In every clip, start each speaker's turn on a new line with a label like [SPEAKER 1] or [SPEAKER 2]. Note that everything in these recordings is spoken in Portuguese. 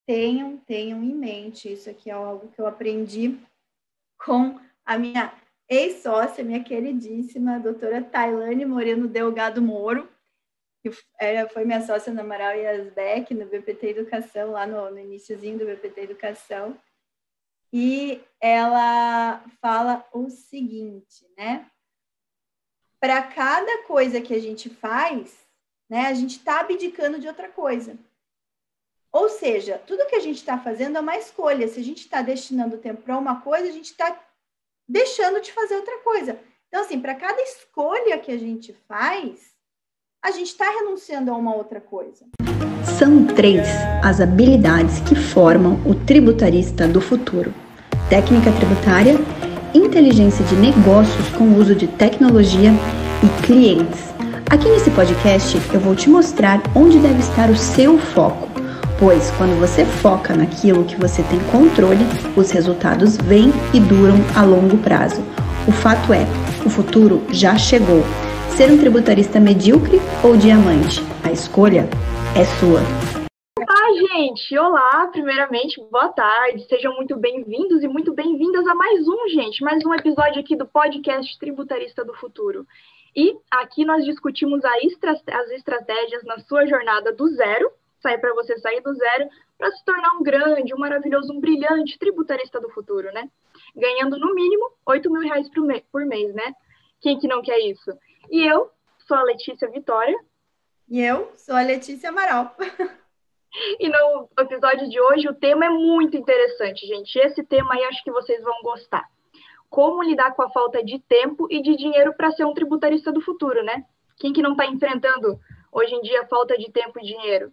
[SPEAKER 1] tenham em mente. Isso aqui é algo que eu aprendi com a minha ex-sócia, minha queridíssima, a doutora Tailane Moreno Delgado Moro, que foi minha sócia na Amaral e Asbeck, no BPT Educação, lá no iniciozinho do BPT Educação. E ela fala o seguinte, né? Para cada coisa que a gente faz, né, a gente está abdicando de outra coisa. Ou seja, tudo que a gente está fazendo é uma escolha. Se a gente está destinando tempo para uma coisa, a gente está deixando de fazer outra coisa. Então, assim, para cada escolha que a gente faz, a gente está renunciando a uma outra coisa.
[SPEAKER 2] São 3 as habilidades que formam o tributarista do futuro: técnica tributária, inteligência de negócios com uso de tecnologia e clientes. Aqui nesse podcast eu vou te mostrar onde deve estar o seu foco, pois quando você foca naquilo que você tem controle, os resultados vêm e duram a longo prazo. O fato é, o futuro já chegou. Ser um tributarista medíocre ou diamante? A escolha é sua.
[SPEAKER 3] Gente, olá, primeiramente, boa tarde, sejam muito bem-vindos e muito bem-vindas a mais um episódio aqui do podcast Tributarista do Futuro. E aqui nós discutimos as estratégias na sua jornada do zero, para você sair do zero, para se tornar um grande, um maravilhoso, um brilhante tributarista do futuro, né? Ganhando no mínimo R$8.000 por mês, né? Quem que não quer isso? E eu sou a Letícia Vitória.
[SPEAKER 1] E eu sou a Letícia Amaral.
[SPEAKER 3] E no episódio de hoje o tema é muito interessante, gente. Esse tema aí acho que vocês vão gostar. Como lidar com a falta de tempo e de dinheiro para ser um tributarista do futuro, né? Quem que não está enfrentando hoje em dia a falta de tempo e dinheiro?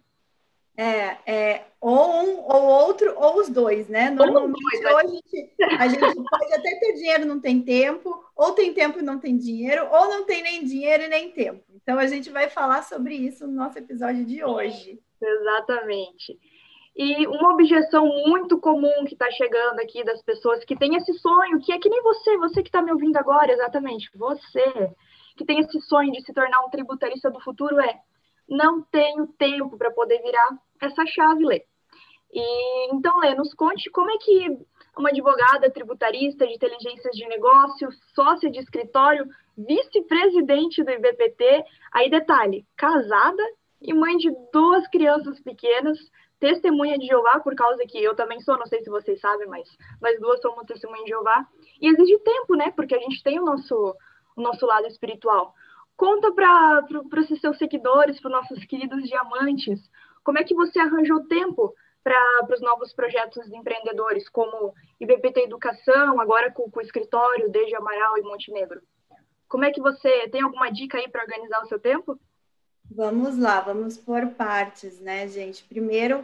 [SPEAKER 1] Ou um, ou outro, ou os dois, né? Normalmente hoje a gente pode até ter dinheiro e não tem tempo, ou tem tempo e não tem dinheiro, ou não tem nem dinheiro e nem tempo. Então a gente vai falar sobre isso no nosso episódio de hoje.
[SPEAKER 3] Exatamente. E uma objeção muito comum que está chegando aqui das pessoas que têm esse sonho, que é que nem você que está me ouvindo agora, exatamente, você que tem esse sonho de se tornar um tributarista do futuro não tenho tempo para poder virar essa chave, Lê. E então, Lê, nos conte como é que uma advogada tributarista de inteligências de negócio, sócia de escritório, vice-presidente do IBPT, aí detalhe, casada e mãe de 2 crianças pequenas, testemunha de Jeová, por causa que eu também sou, não sei se vocês sabem, mas nós duas somos testemunha de Jeová, e exige tempo, né, porque a gente tem o nosso lado espiritual. Conta para os seus seguidores, para os nossos queridos diamantes, como é que você arranjou tempo para os novos projetos de empreendedores, como IBPT Educação, agora com o escritório desde Amaral e Montenegro. Como é que você tem alguma dica aí para organizar o seu tempo?
[SPEAKER 1] Vamos lá, vamos por partes, né, gente? Primeiro,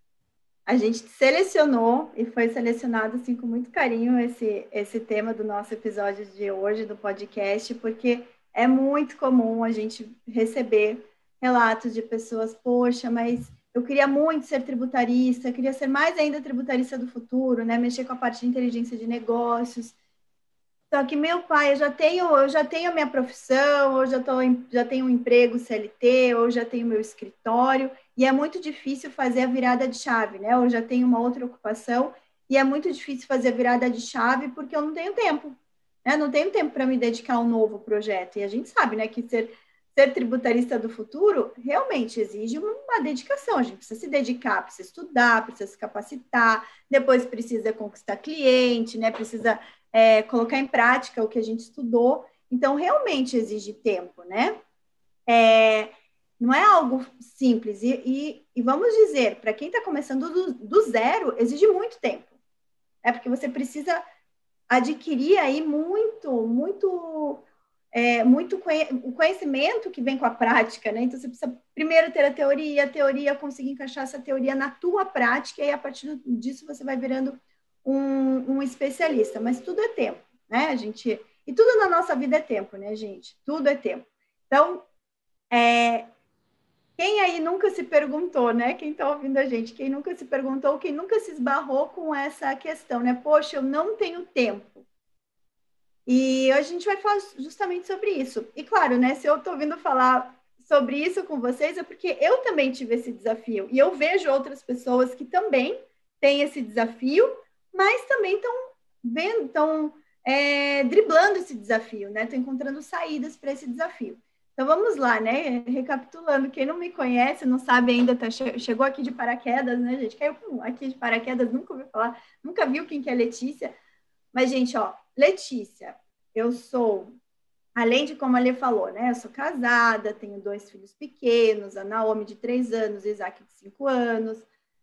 [SPEAKER 1] a gente selecionou e foi selecionado assim com muito carinho esse tema do nosso episódio de hoje do podcast, porque é muito comum a gente receber relatos de pessoas, poxa, mas eu queria muito ser tributarista, queria ser mais ainda tributarista do futuro, né? Mexer com a parte de inteligência de negócios. Só que meu pai, eu já tenho a minha profissão, já tenho um emprego CLT, ou já tenho meu escritório, e é muito difícil fazer a virada de chave, né? Eu já tenho uma outra ocupação, e é muito difícil fazer a virada de chave porque eu não tenho tempo, né? Não tenho tempo para me dedicar a um novo projeto. E a gente sabe, né, que ser tributarista do futuro realmente exige uma dedicação. A gente precisa se dedicar, precisa estudar, precisa se capacitar, depois precisa conquistar cliente, né? Precisa colocar em prática o que a gente estudou. Então, realmente exige tempo, né? Não é algo simples. E vamos dizer, para quem está começando do zero, exige muito tempo. Porque você precisa adquirir aí muito o conhecimento que vem com a prática, né? Então, você precisa primeiro ter a teoria, conseguir encaixar essa teoria na tua prática, e aí, a partir disso, você vai virando um especialista. Mas tudo é tempo, né, gente? E tudo na nossa vida é tempo, né, gente? Tudo é tempo. Então, quem aí nunca se perguntou, né? Quem está ouvindo a gente, quem nunca se perguntou, quem nunca se esbarrou com essa questão, né? Poxa, eu não tenho tempo. E hoje a gente vai falar justamente sobre isso. E claro, né, se eu estou ouvindo falar sobre isso com vocês é porque eu também tive esse desafio. E eu vejo outras pessoas que também têm esse desafio, mas também estão driblando esse desafio, né? Estão encontrando saídas para esse desafio. Então vamos lá, né? Recapitulando, quem não me conhece, não sabe ainda, chegou aqui de paraquedas, né, gente? Caiu aqui de paraquedas, nunca ouviu falar, nunca viu quem que é Letícia. Mas, gente, ó, Letícia, eu sou, além de como a Lê falou, né? Eu sou casada, tenho 2 filhos pequenos, a Naomi de 3 anos, Isaac de 5 anos.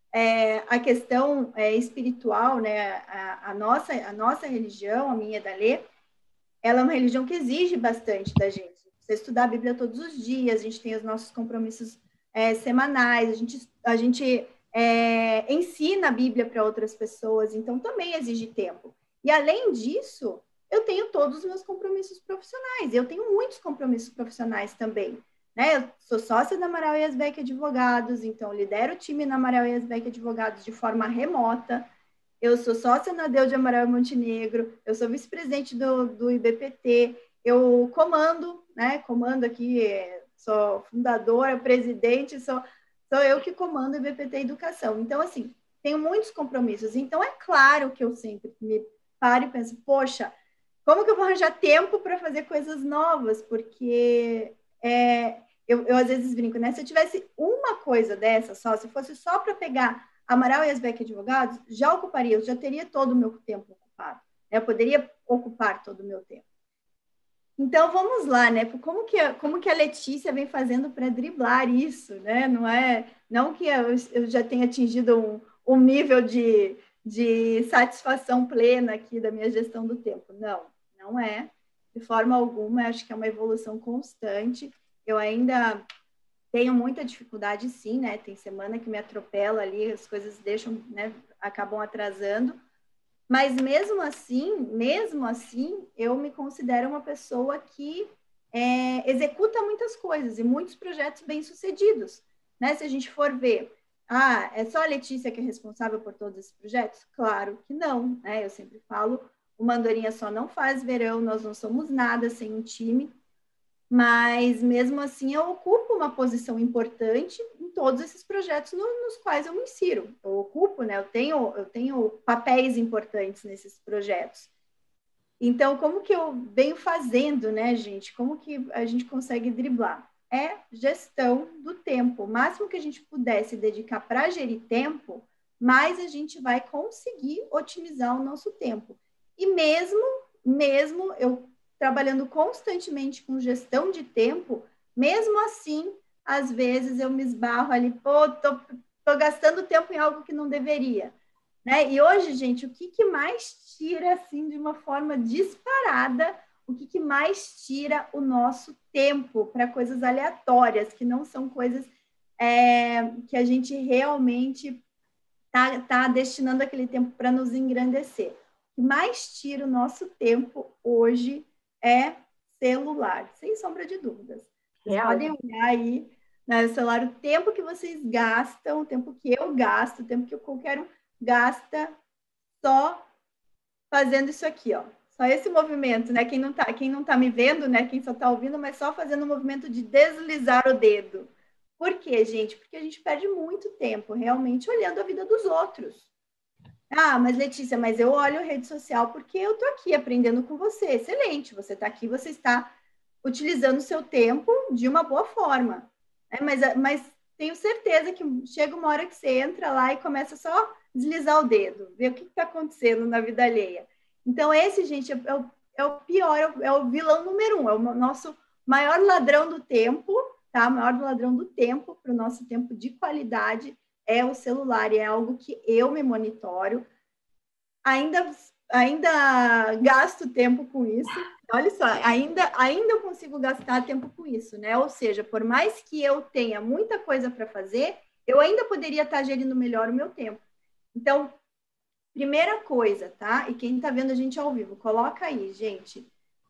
[SPEAKER 1] A questão espiritual, né? A nossa religião, a minha e da Lê, ela é uma religião que exige bastante da gente. Você estudar a Bíblia todos os dias, a gente tem os nossos compromissos semanais, a gente ensina a Bíblia para outras pessoas, então também exige tempo. E além disso, eu tenho todos os meus compromissos profissionais, eu tenho muitos compromissos profissionais também. Né? Eu sou sócia da Amaral e Asbeck Advogados, então lidero o time na Amaral e Asbeck Advogados de forma remota. Eu sou sócia na Deu de Amaral e Montenegro, eu sou vice-presidente do IBPT, eu comando, né? Comando aqui, sou fundadora, presidente, sou eu que comando o IBPT Educação. Então, assim, tenho muitos compromissos. Então, é claro que eu sempre me paro e penso, poxa, como que eu vou arranjar tempo para fazer coisas novas? Porque eu às vezes brinco, né? Se eu tivesse uma coisa dessa só, se fosse só para pegar Amaral e Asbeck Advogados, já ocuparia, eu já teria todo o meu tempo ocupado. Eu poderia ocupar todo o meu tempo. Então, vamos lá, né? Como que a Letícia vem fazendo para driblar isso, né? Não que eu já tenha atingido um nível de satisfação plena aqui da minha gestão do tempo. Não é. De forma alguma, acho que é uma evolução constante. Eu ainda tenho muita dificuldade, sim, né? Tem semana que me atropela ali, as coisas deixam, né? Acabam atrasando. Mas mesmo assim, eu me considero uma pessoa que executa muitas coisas e muitos projetos bem-sucedidos, né? Se a gente for ver, é só a Letícia que é responsável por todos esses projetos? Claro que não, né? Eu sempre falo, uma andorinha só não faz verão, nós não somos nada sem um time. Mas, mesmo assim, eu ocupo uma posição importante em todos esses projetos nos quais eu me insiro. Eu ocupo, né? Eu tenho papéis importantes nesses projetos. Então, como que eu venho fazendo, né, gente? Como que a gente consegue driblar? É gestão do tempo. O máximo que a gente puder se dedicar para gerir tempo, mais a gente vai conseguir otimizar o nosso tempo. E mesmo eu trabalhando constantemente com gestão de tempo, mesmo assim, às vezes eu me esbarro ali, tô gastando tempo em algo que não deveria, né? E hoje, gente, o que mais tira, assim, de uma forma disparada, o que mais tira o nosso tempo para coisas aleatórias, que não são coisas que a gente realmente tá destinando aquele tempo para nos engrandecer. O que mais tira o nosso tempo hoje é celular, sem sombra de dúvidas. Vocês podem olhar aí no celular o tempo que vocês gastam, o tempo que eu gasto, o tempo que qualquer um gasta só fazendo isso aqui, ó. Só esse movimento, né? Quem não tá me vendo, né? Quem só tá ouvindo, mas só fazendo o movimento de deslizar o dedo. Por quê, gente? Porque a gente perde muito tempo realmente olhando a vida dos outros. Mas Letícia, mas eu olho rede social porque eu tô aqui aprendendo com você. Excelente, você está aqui, você está utilizando o seu tempo de uma boa forma. Mas tenho certeza que chega uma hora que você entra lá e começa só a deslizar o dedo, ver o que está acontecendo na vida alheia. Então, esse, gente, é o pior, é o vilão número 1, é o nosso maior ladrão do tempo, tá? O maior ladrão do tempo para o nosso tempo de qualidade é o celular, e é algo que eu me monitoro. Ainda gasto tempo com isso. Olha só, ainda eu consigo gastar tempo com isso, né? Ou seja, por mais que eu tenha muita coisa para fazer, eu ainda poderia estar gerindo melhor o meu tempo. Então, primeira coisa, tá? E quem está vendo a gente ao vivo, coloca aí, gente.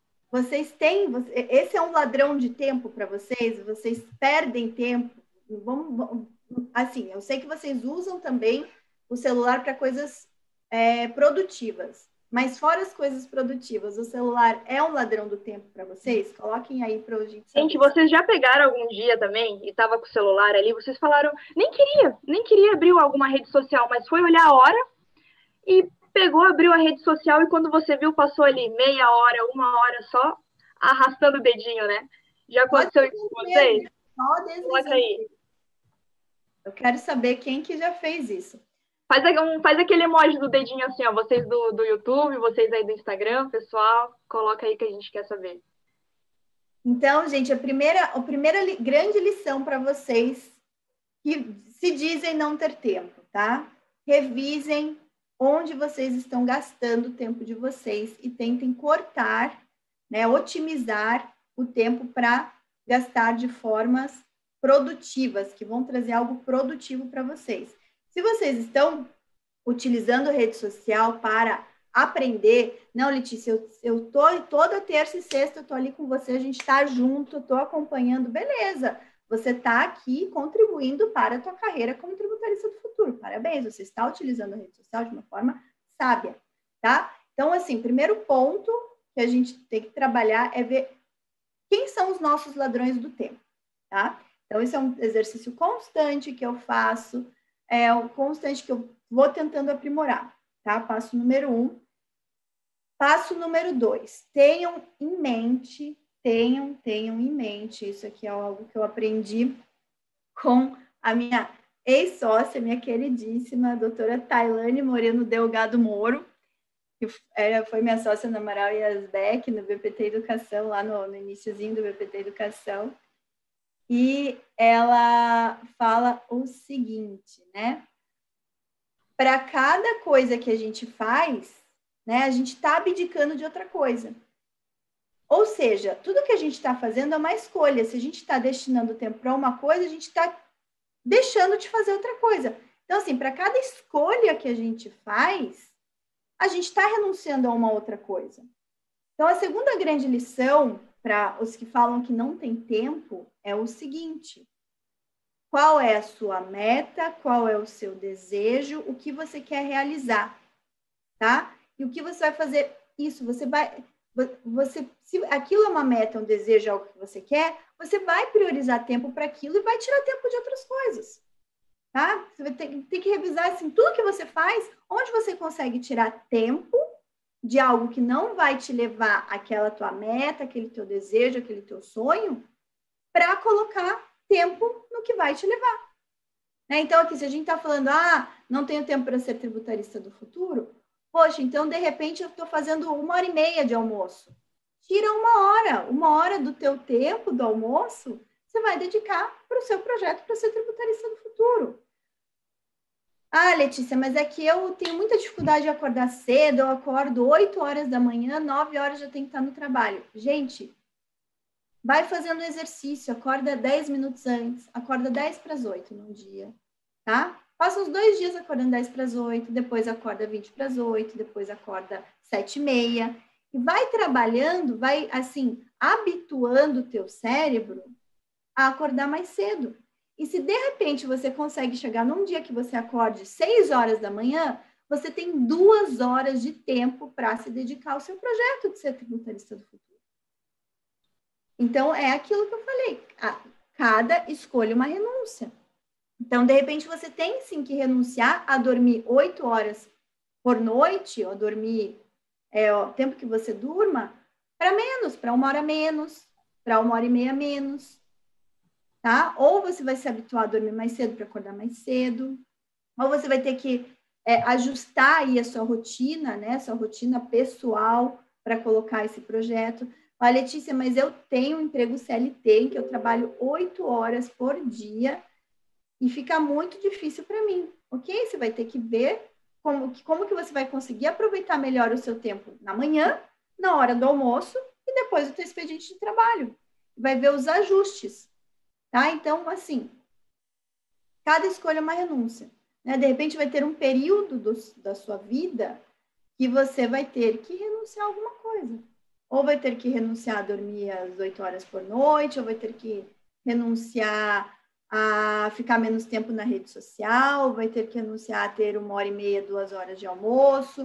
[SPEAKER 1] Esse é um ladrão de tempo para vocês? Vocês perdem tempo? Assim, eu sei que vocês usam também o celular para coisas produtivas, Mas fora as coisas produtivas, o celular é um ladrão do tempo para vocês? Coloquem aí para a gente saber.
[SPEAKER 3] Gente, vocês já pegaram algum dia também e tava com o celular ali, vocês falaram, nem queria abrir alguma rede social, mas foi olhar a hora e pegou, abriu a rede social e quando você viu, passou ali meia hora, uma hora só, arrastando o dedinho, né? Já aconteceu isso com vocês? Coloca aí.
[SPEAKER 1] Eu quero saber quem que já fez isso.
[SPEAKER 3] Faz aquele emoji do dedinho assim, ó. Vocês do YouTube, vocês aí do Instagram, pessoal, coloca aí que a gente quer saber.
[SPEAKER 1] Então, gente, a primeira grande lição para vocês que se dizem não ter tempo, tá? Revisem onde vocês estão gastando o tempo de vocês e tentem cortar, né, otimizar o tempo para gastar de formas produtivas, que vão trazer algo produtivo para vocês. Se vocês estão utilizando rede social para aprender, não, Letícia, eu tô toda terça e sexta, eu tô ali com você, a gente está junto, eu tô acompanhando, beleza. Você está aqui contribuindo para a tua carreira como tributarista do futuro. Parabéns, você está utilizando a rede social de uma forma sábia, tá? Então, assim, primeiro ponto que a gente tem que trabalhar é ver quem são os nossos ladrões do tempo, tá? Então, esse é um exercício constante que eu faço, é um constante que eu vou tentando aprimorar, tá? Passo número 1. Passo número 2, tenham em mente, isso aqui é algo que eu aprendi com a minha ex-sócia, minha queridíssima, a doutora Tailane Moreno Delgado Moro, que foi minha sócia na Amaral e Asbeck, no BPT Educação, lá no iniciozinho do BPT Educação, e ela fala o seguinte, né? Para cada coisa que a gente faz, né, a gente está abdicando de outra coisa. Ou seja, tudo que a gente está fazendo é uma escolha. Se a gente está destinando tempo para uma coisa, a gente está deixando de fazer outra coisa. Então, assim, para cada escolha que a gente faz, a gente está renunciando a uma outra coisa. Então, a segunda grande lição para os que falam que não tem tempo é o seguinte: qual é a sua meta, qual é o seu desejo, o que você quer realizar, tá? E o que você vai fazer? Isso, se aquilo é uma meta, um desejo, algo que você quer, você vai priorizar tempo para aquilo e vai tirar tempo de outras coisas, tá? Você vai ter que revisar, assim, tudo que você faz, onde você consegue tirar tempo de algo que não vai te levar àquela tua meta, aquele teu desejo, aquele teu sonho, para colocar tempo no que vai te levar. Né? Então, aqui, se a gente está falando, não tenho tempo para ser tributarista do futuro, poxa, então, de repente, eu estou fazendo 1h30 de almoço. Tira 1 hora do teu tempo do almoço, você vai dedicar para o seu projeto para ser tributarista do futuro. Letícia, mas é que eu tenho muita dificuldade de acordar cedo, eu acordo 8 horas da manhã, 9 horas já tenho que estar no trabalho. Gente, vai fazendo exercício, acorda 10 minutos antes, acorda 10 para as 8 num dia, tá? Passa uns 2 dias acordando 10 para as 8, depois acorda 20 para as 8, depois acorda 7h30. E vai trabalhando, vai, assim, habituando o teu cérebro a acordar mais cedo. E se, de repente, você consegue chegar num dia que você acorde 6 horas da manhã, você tem 2 horas de tempo para se dedicar ao seu projeto de ser tributarista do futuro. Então, é aquilo que eu falei. Cada escolha uma renúncia. Então, de repente, você tem sim que renunciar a dormir 8 horas por noite, ou dormir o tempo que você durma, para menos, para 1 hora menos, para 1h30 menos. Tá? Ou você vai se habituar a dormir mais cedo para acordar mais cedo, ou você vai ter que ajustar aí a sua rotina, né? Sua rotina pessoal para colocar esse projeto. Letícia, mas eu tenho um emprego CLT em que eu trabalho 8 horas por dia e fica muito difícil para mim, ok? Você vai ter que ver como que você vai conseguir aproveitar melhor o seu tempo na manhã, na hora do almoço e depois do seu expediente de trabalho. Vai ver os ajustes, tá? Então, assim, cada escolha é uma renúncia, né? De repente vai ter um período da sua vida que você vai ter que renunciar a alguma coisa. Ou vai ter que renunciar a dormir às 8 horas por noite, ou vai ter que renunciar a ficar menos tempo na rede social, vai ter que renunciar a ter 1h30, 2 horas de almoço,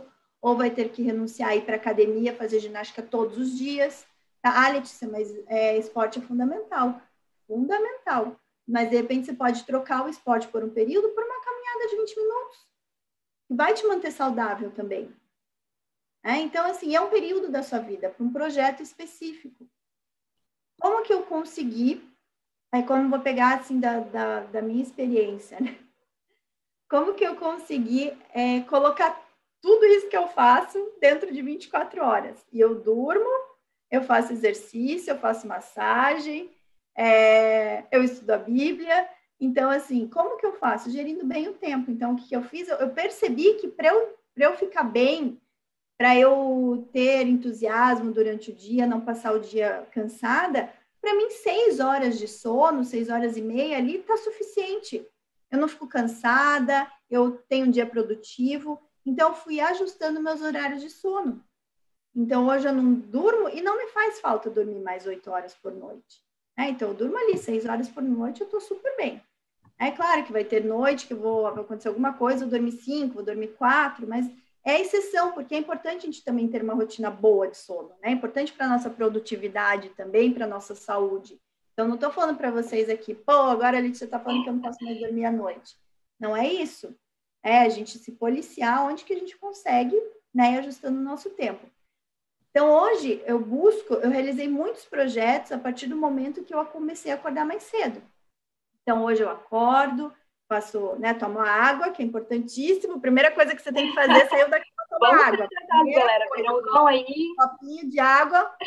[SPEAKER 1] ou vai ter que renunciar a ir para academia, fazer ginástica todos os dias. Tá? Ah, Letícia, mas esporte é fundamental. Fundamental. Mas, de repente, você pode trocar o esporte por um período por uma caminhada de 20 minutos. Que vai te manter saudável também. Então, assim, é um período da sua vida, para um projeto específico. Como que eu consegui, como vou pegar, assim, da minha experiência, né? Como que eu consegui colocar tudo isso que eu faço dentro de 24 horas? E eu durmo, eu faço exercício, eu faço massagem, eu estudo a Bíblia. Então, assim, como que eu faço? Gerindo bem o tempo. Então, o que eu fiz? Eu percebi que para eu ficar bem, para eu ter entusiasmo durante o dia, não passar o dia cansada, para mim 6 horas de sono, 6 horas e meia ali está suficiente. Eu não fico cansada, eu tenho um dia produtivo, então eu fui ajustando meus horários de sono. Então hoje eu não durmo e não me faz falta dormir mais 8 horas por noite. Então eu durmo ali 6 horas por noite, eu estou super bem. É claro que vai ter noite que vai acontecer alguma coisa, eu dormi 5, vou dormir 4, mas é exceção, porque é importante a gente também ter uma rotina boa de sono, né? É importante para a nossa produtividade também, para a nossa saúde. Então, não estou falando para vocês aqui, pô, agora a Letícia está falando que eu não posso mais dormir à noite. Não é isso. É a gente se policiar onde que a gente consegue, né? Ajustando o nosso tempo. Então, hoje, eu realizei muitos projetos a partir do momento que eu comecei a acordar mais cedo. Então, hoje eu acordo, faço, né, tomo água, que é importantíssimo. Primeira coisa que você tem que fazer é sair daqui para tomar água.
[SPEAKER 3] Galera, pirãozão aí.
[SPEAKER 1] Copinho de água.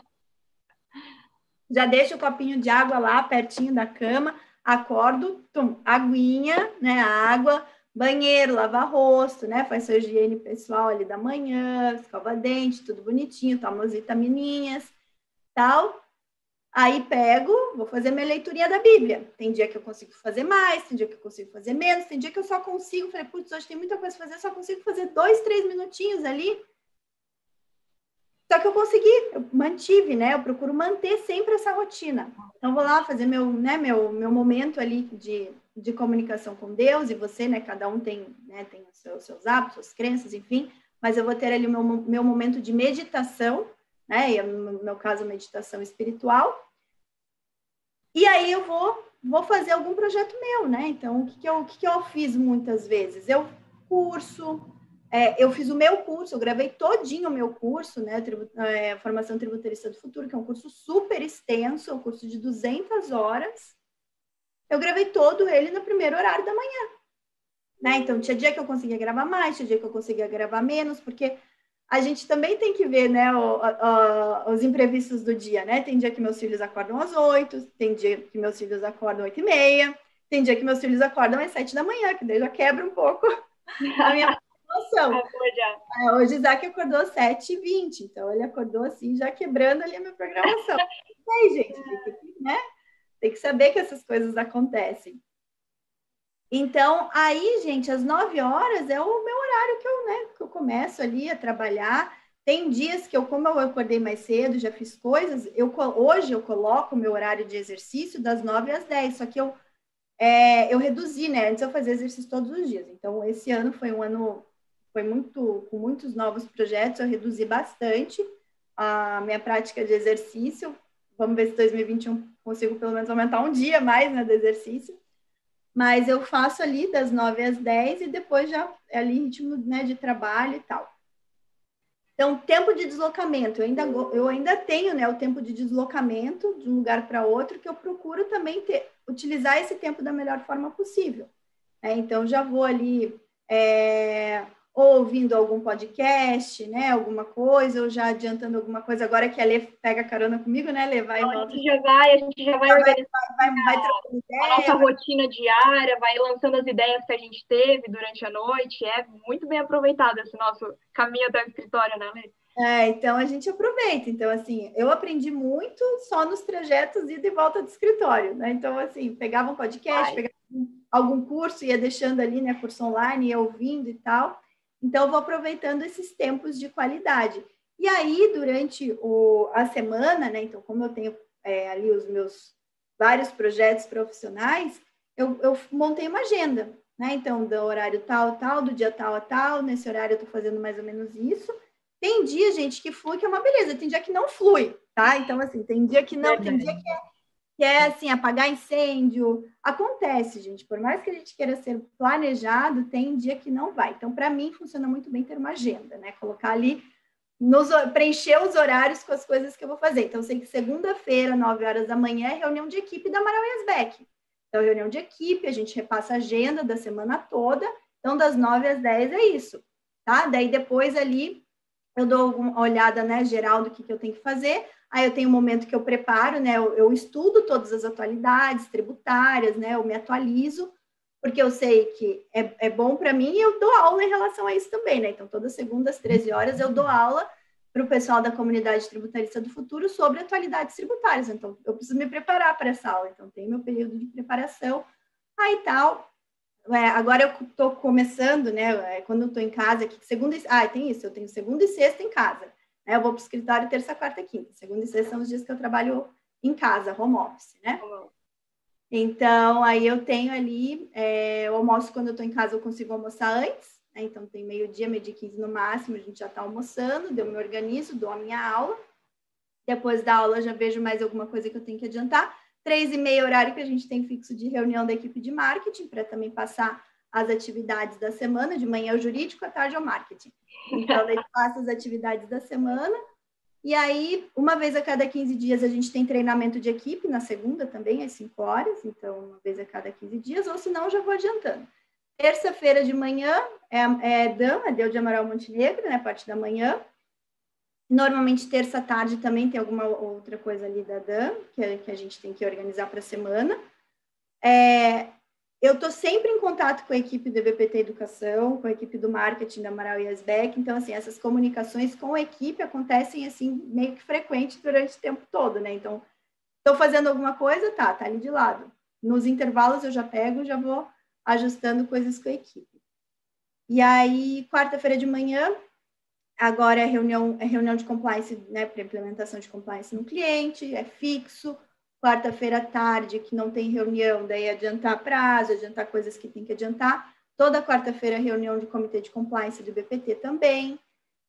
[SPEAKER 1] Já deixo o copinho de água lá, pertinho da cama. Acordo, aguinha, né, água, banheiro, lavar rosto, né, faz sua higiene pessoal ali da manhã, escova dente, tudo bonitinho, toma as vitamininhas, tal. Aí pego, vou fazer minha leiturinha da Bíblia. Tem dia que eu consigo fazer mais, tem dia que eu consigo fazer menos, tem dia que eu só consigo, falei, putz, hoje tem muita coisa para fazer, só consigo fazer 2, 3 minutinhos ali. Só que eu consegui, eu mantive, né? Eu procuro manter sempre essa rotina. Então, vou lá fazer meu momento ali de comunicação com Deus, e você, né? Cada um tem os seus hábitos, suas crenças, enfim. Mas eu vou ter ali o meu momento de meditação, né? E no meu caso, meditação espiritual. E aí eu vou fazer algum projeto meu, né? Então, o que eu fiz muitas vezes? Eu fiz o meu curso, eu gravei todinho o meu curso, né? Formação Tributarista do Futuro, que é um curso super extenso, um curso de 200 horas. Eu gravei todo ele no primeiro horário da manhã, né? Então, tinha dia que eu conseguia gravar mais, tinha dia que eu conseguia gravar menos, porque a gente também tem que ver, né, os imprevistos do dia, né? Tem dia que meus filhos acordam às 8, tem dia que meus filhos acordam às 8h30, tem dia que meus filhos acordam às 7 da manhã, que daí já quebra um pouco a minha programação. Hoje o Isaac acordou às 7h20, então ele acordou assim, já quebrando ali a minha programação. E aí, gente, tem que saber que essas coisas acontecem. Então, aí, gente, às 9 horas é o meu horário que eu começo ali a trabalhar. Tem dias que como eu acordei mais cedo, já fiz coisas, hoje eu coloco o meu horário de exercício das 9 às 10, só que eu reduzi, né? Antes eu fazia exercício todos os dias. Então, esse ano foi um ano com muitos novos projetos, eu reduzi bastante a minha prática de exercício. Vamos ver se 2021 consigo pelo menos aumentar um dia mais, né, do exercício. Mas eu faço ali das 9 às 10 e depois já é ali ritmo, né, de trabalho e tal. Então, tempo de deslocamento. Eu ainda tenho, né, o tempo de deslocamento de um lugar para outro, que eu procuro também utilizar esse tempo da melhor forma possível. Então, já vou ali ou ouvindo algum podcast, né, alguma coisa, ou já adiantando alguma coisa. Agora que a Lê pega carona comigo, né, Lê, vai e volta.
[SPEAKER 3] A gente já vai organizar a nossa rotina diária, vai lançando as ideias que a gente teve durante a noite. É muito bem aproveitado esse nosso caminho até o escritório, né, Lê?
[SPEAKER 1] Então a gente aproveita. Então, assim, eu aprendi muito só nos trajetos ida e volta do escritório, né? Então, assim, pegava um podcast, pegava algum curso, ia deixando ali, né, curso online, ia ouvindo e tal. Então, eu vou aproveitando esses tempos de qualidade. E aí, durante a semana, né, então, como eu tenho ali os meus vários projetos profissionais, eu montei uma agenda. né? Então, do horário tal, tal, do dia tal a tal, nesse horário eu tô fazendo mais ou menos isso. Tem dia, gente, que flui, que é uma beleza, tem dia que não flui, tá? Então, assim, tem dia que não, tem dia que é assim, apagar incêndio. Acontece, gente, por mais que a gente queira ser planejado, tem dia que não vai. Então, para mim, funciona muito bem ter uma agenda, né? Colocar ali, preencher os horários com as coisas que eu vou fazer. Então, eu sei que segunda-feira, 9 horas da manhã, é reunião de equipe da Amaral Yazbek. Então, reunião de equipe, a gente repassa a agenda da semana toda. Então, das 9 às 10 é isso, tá? Daí, depois ali, eu dou uma olhada, né, geral do que eu tenho que fazer. Aí eu tenho um momento que eu preparo, né, eu estudo todas as atualidades tributárias, né, eu me atualizo, porque eu sei que é bom para mim e eu dou aula em relação a isso também, né? Então, toda segunda às 13 horas eu dou aula para o pessoal da comunidade tributarista do futuro sobre atualidades tributárias. Então, eu preciso me preparar para essa aula. Então, tem meu período de preparação. Aí tal, agora eu estou começando, né? Quando eu estou em casa, aqui, segunda e... tem isso, eu tenho segunda e sexta em casa. Né? Eu vou para o escritório terça, quarta e quinta. Segunda e sexta são os dias que eu trabalho em casa, home office, né? Então, aí eu tenho ali, eu almoço quando eu estou em casa, eu consigo almoçar antes, né? Então tem meio-dia, meio-dia e 15 no máximo, a gente já está almoçando, eu me organizo, dou a minha aula. Depois da aula, já vejo mais alguma coisa que eu tenho que adiantar. 3h30, horário que a gente tem fixo de reunião da equipe de marketing, para também passar as atividades da semana. De manhã é o jurídico, à tarde é o marketing. Então, daí passa as atividades da semana. E aí, uma vez a cada 15 dias, a gente tem treinamento de equipe, na segunda também, às 5 horas. Então, uma vez a cada 15 dias, ou senão, eu já vou adiantando. Terça-feira de manhã é DAM, é Deu de Amaral Montenegro, né, parte da manhã. Normalmente, terça-tarde também tem alguma outra coisa ali da DAM, que a gente tem que organizar para a semana. Eu estou sempre em contato com a equipe do BPT Educação, com a equipe do marketing da Amaral Yazbek. Então, assim, essas comunicações com a equipe acontecem, assim, meio que frequente durante o tempo todo, né? Então, estou fazendo alguma coisa, tá ali de lado. Nos intervalos eu já pego, já vou ajustando coisas com a equipe. E aí, quarta-feira de manhã, agora é reunião de compliance, né, para implementação de compliance no cliente, é fixo. Quarta-feira à tarde, que não tem reunião, daí adiantar prazo, adiantar coisas que tem que adiantar. Toda quarta-feira, reunião de comitê de compliance do BPT também.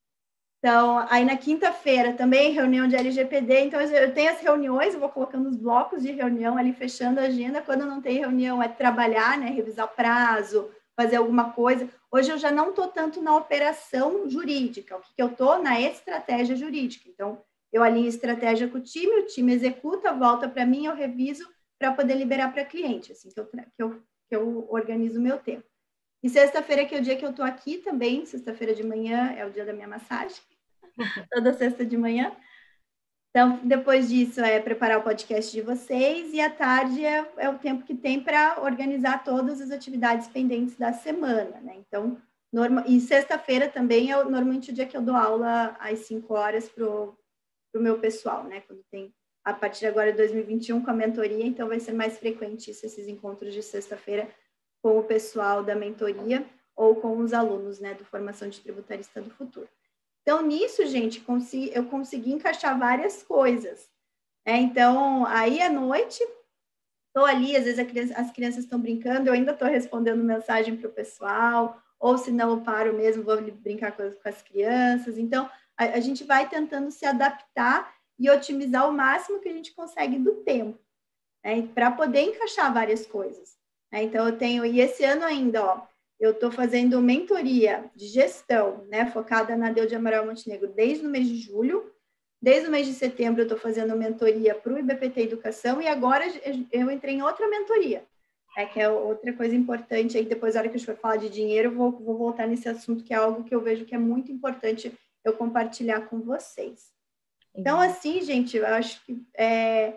[SPEAKER 1] Então, aí na quinta-feira também reunião de LGPD. Então, eu tenho as reuniões, eu vou colocando os blocos de reunião ali, fechando a agenda. Quando não tem reunião, é trabalhar, né, revisar prazo, fazer alguma coisa. Hoje eu já não estou tanto na operação jurídica, o que eu estou na estratégia jurídica. Então, eu alinho estratégia com o time executa, volta para mim, eu reviso para poder liberar para cliente, assim que eu organizo o meu tempo. E sexta-feira, que é o dia que eu estou aqui também, sexta-feira de manhã é o dia da minha massagem, toda sexta de manhã. Então, depois disso, é preparar o podcast de vocês, e à tarde é o tempo que tem para organizar todas as atividades pendentes da semana, né? Então, e sexta-feira também é normalmente o dia que eu dou aula às 5 horas para o meu pessoal, né? Quando tem, a partir de agora de 2021, com a mentoria, então vai ser mais frequente esses encontros de sexta-feira com o pessoal da mentoria ou com os alunos, né, do Formação de Tributarista do Futuro. Então, nisso, gente, eu consegui encaixar várias coisas. Né? Então, aí à noite, estou ali, às vezes as crianças estão brincando, eu ainda estou respondendo mensagem para o pessoal, ou se não, eu paro mesmo, vou brincar com as crianças. Então, a gente vai tentando se adaptar e otimizar o máximo que a gente consegue do tempo, né? Para poder encaixar várias coisas. Né? Então, eu tenho, e esse ano ainda, ó, eu estou fazendo mentoria de gestão, né, focada na Deu de Amaral Montenegro desde o mês de julho. Desde o mês de setembro, eu estou fazendo mentoria para o IBPT Educação, e agora eu entrei em outra mentoria, que é outra coisa importante. Aí depois, na hora que a gente for falar de dinheiro, eu vou voltar nesse assunto, que é algo que eu vejo que é muito importante eu compartilhar com vocês. Então, assim, gente, eu acho que é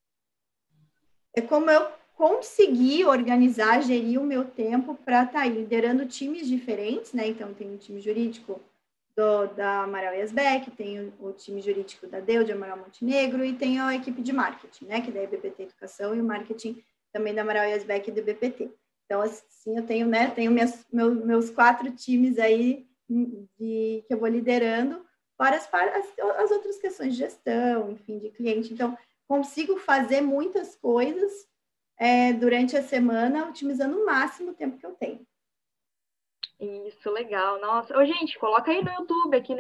[SPEAKER 1] como eu conseguir organizar, gerir o meu tempo para estar liderando times diferentes, né? Então, tem o time jurídico da Amaral Yazbek, tem o time jurídico da Deu de Amaral Montenegro, e tem a equipe de marketing, né? Que daí é BPT Educação, e o marketing também da Amaral Yazbek e do BPT. Então, assim, eu tenho, né? Tenho meus 4 times aí que eu vou liderando, fora as outras questões de gestão, enfim, de cliente. Então, consigo fazer muitas coisas durante a semana, otimizando o máximo o tempo que eu tenho.
[SPEAKER 3] Isso, legal. Nossa, ô, gente, coloca aí no YouTube, aqui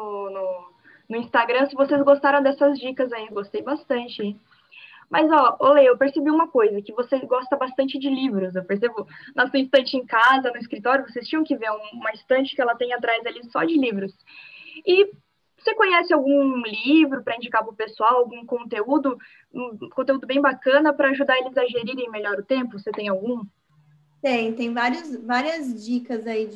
[SPEAKER 3] no Instagram, se vocês gostaram dessas dicas aí. Gostei bastante, hein? Mas, ó, Lê, eu percebi uma coisa, que você gosta bastante de livros. Eu percebo na sua estante em casa, no escritório, vocês tinham que ver uma estante que ela tem atrás ali só de livros. E você conhece algum livro para indicar para o pessoal, algum conteúdo, um conteúdo bem bacana para ajudar eles a gerirem melhor o tempo? Você tem algum?
[SPEAKER 1] Tem várias dicas aí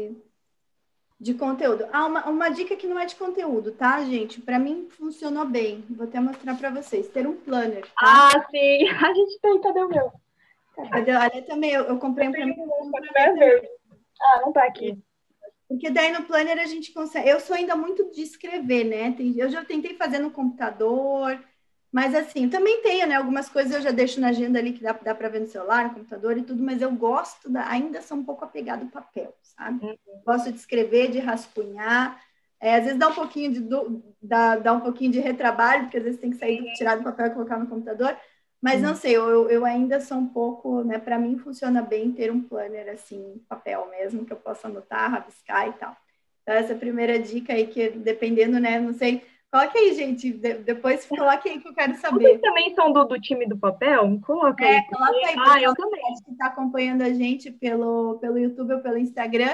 [SPEAKER 1] de conteúdo. Uma dica que não é de conteúdo, tá, gente? Para mim funcionou bem. Vou até mostrar para vocês. Ter um planner, tá?
[SPEAKER 3] Ah, sim. A gente tem. Cadê o meu?
[SPEAKER 1] Olha, também eu comprei um para mim.
[SPEAKER 3] Verde. Ah, não tá aqui.
[SPEAKER 1] Porque daí no planner a gente consegue. Eu sou ainda muito de escrever, né? Eu já tentei fazer no computador, mas assim, também tenho, né? Algumas coisas eu já deixo na agenda ali que dá para ver no celular, no computador e tudo, mas eu gosto, ainda sou um pouco apegada ao papel, sabe? Gosto de escrever, de rascunhar. Às vezes dá um pouquinho dá um pouquinho de retrabalho, porque às vezes tem que sair, tirar do papel e colocar no computador. Mas não sei, eu ainda sou um pouco, né? Para mim funciona bem ter um planner assim, papel mesmo, que eu possa anotar, rabiscar e tal. Então, essa primeira dica aí, que dependendo, né? Não sei. Coloque aí, gente. Depois coloque aí que eu quero saber.
[SPEAKER 3] Vocês também são do time do papel? Coloca aí.
[SPEAKER 1] Coloca aí.
[SPEAKER 3] Ah, eu também.
[SPEAKER 1] Que está acompanhando a gente pelo YouTube ou pelo Instagram.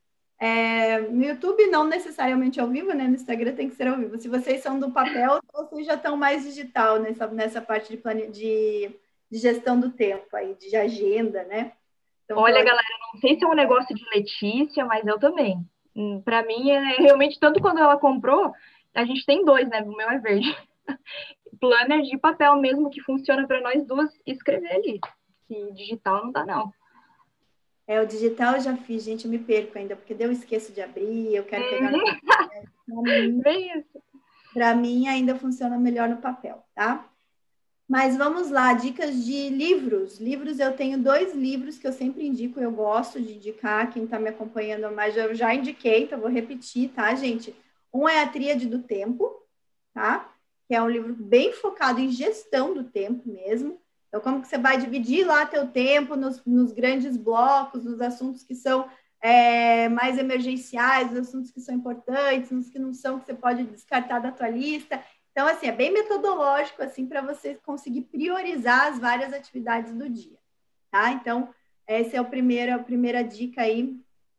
[SPEAKER 1] No YouTube, não necessariamente ao vivo, né? No Instagram tem que ser ao vivo. Se vocês são do papel, vocês já estão mais digital nessa parte de gestão do tempo aí, de agenda, né? Então,
[SPEAKER 3] olha, galera, não sei se é um negócio de Letícia, mas eu também. Para mim, realmente, tanto quando ela comprou, a gente tem dois, né? O meu é verde. Planner de papel mesmo, que funciona para nós duas escrever ali. Que digital não dá, não.
[SPEAKER 1] O digital eu já fiz, gente, eu me perco ainda, porque eu esqueço de abrir, eu quero pegar para mim ainda funciona melhor no papel, tá? Mas vamos lá, dicas de livros. Livros, eu tenho 2 livros que eu sempre indico, eu gosto de indicar, quem está me acompanhando mais, eu já indiquei, então vou repetir, tá, gente? Um é A Tríade do Tempo, tá? Que é um livro bem focado em gestão do tempo mesmo. Então, como que você vai dividir lá teu tempo nos grandes blocos, nos assuntos que são mais emergenciais, nos assuntos que são importantes, nos que não são, que você pode descartar da tua lista. Então, assim, é bem metodológico, assim, para você conseguir priorizar as várias atividades do dia, tá? Então, essa é a primeira dica aí,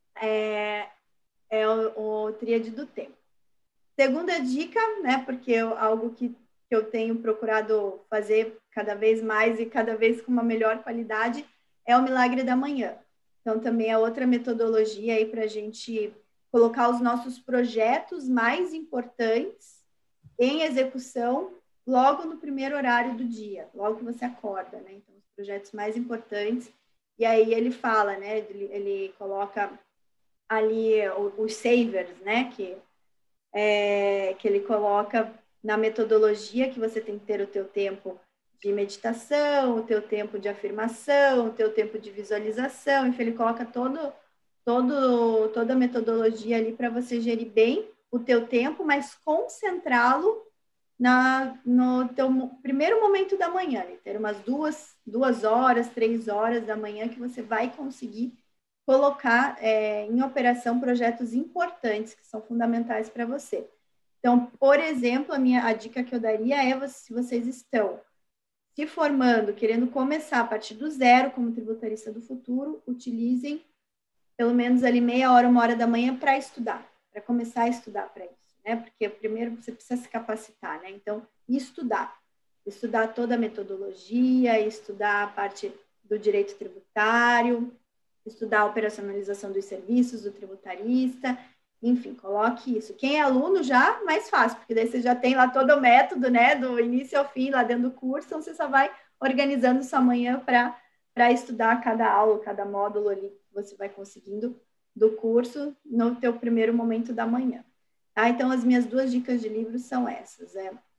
[SPEAKER 1] o Tríade do Tempo. Segunda dica, né, porque algo que eu tenho procurado fazer cada vez mais e cada vez com uma melhor qualidade, é o Milagre da Manhã. Então, também é outra metodologia aí para a gente colocar os nossos projetos mais importantes em execução logo no primeiro horário do dia, logo que você acorda, né? Então, os projetos mais importantes. E aí ele fala, né? Ele coloca ali os savers, né? Que ele coloca na metodologia que você tem que ter o teu tempo de meditação, o teu tempo de afirmação, o teu tempo de visualização, enfim, ele coloca toda a metodologia ali para você gerir bem o teu tempo, mas concentrá-lo no teu primeiro momento da manhã, né? Ter umas 2 horas, 3 horas da manhã que você vai conseguir colocar em operação projetos importantes que são fundamentais para você. Então, por exemplo, a dica que eu daria é se vocês estão se formando, querendo começar a partir do zero como tributarista do futuro, utilizem pelo menos ali meia hora, 1 hora da manhã para estudar, para começar a estudar para isso, né? Porque primeiro você precisa se capacitar, né? Então, estudar toda a metodologia, estudar a parte do direito tributário, estudar a operacionalização dos serviços do tributarista, enfim, coloque isso. Quem é aluno já, mais fácil, porque daí você já tem lá todo o método, né, do início ao fim, lá dentro do curso, então você só vai organizando sua manhã para estudar cada aula, cada módulo ali que você vai conseguindo do curso no teu primeiro momento da manhã. Tá? Então, as minhas 2 dicas de livros são essas,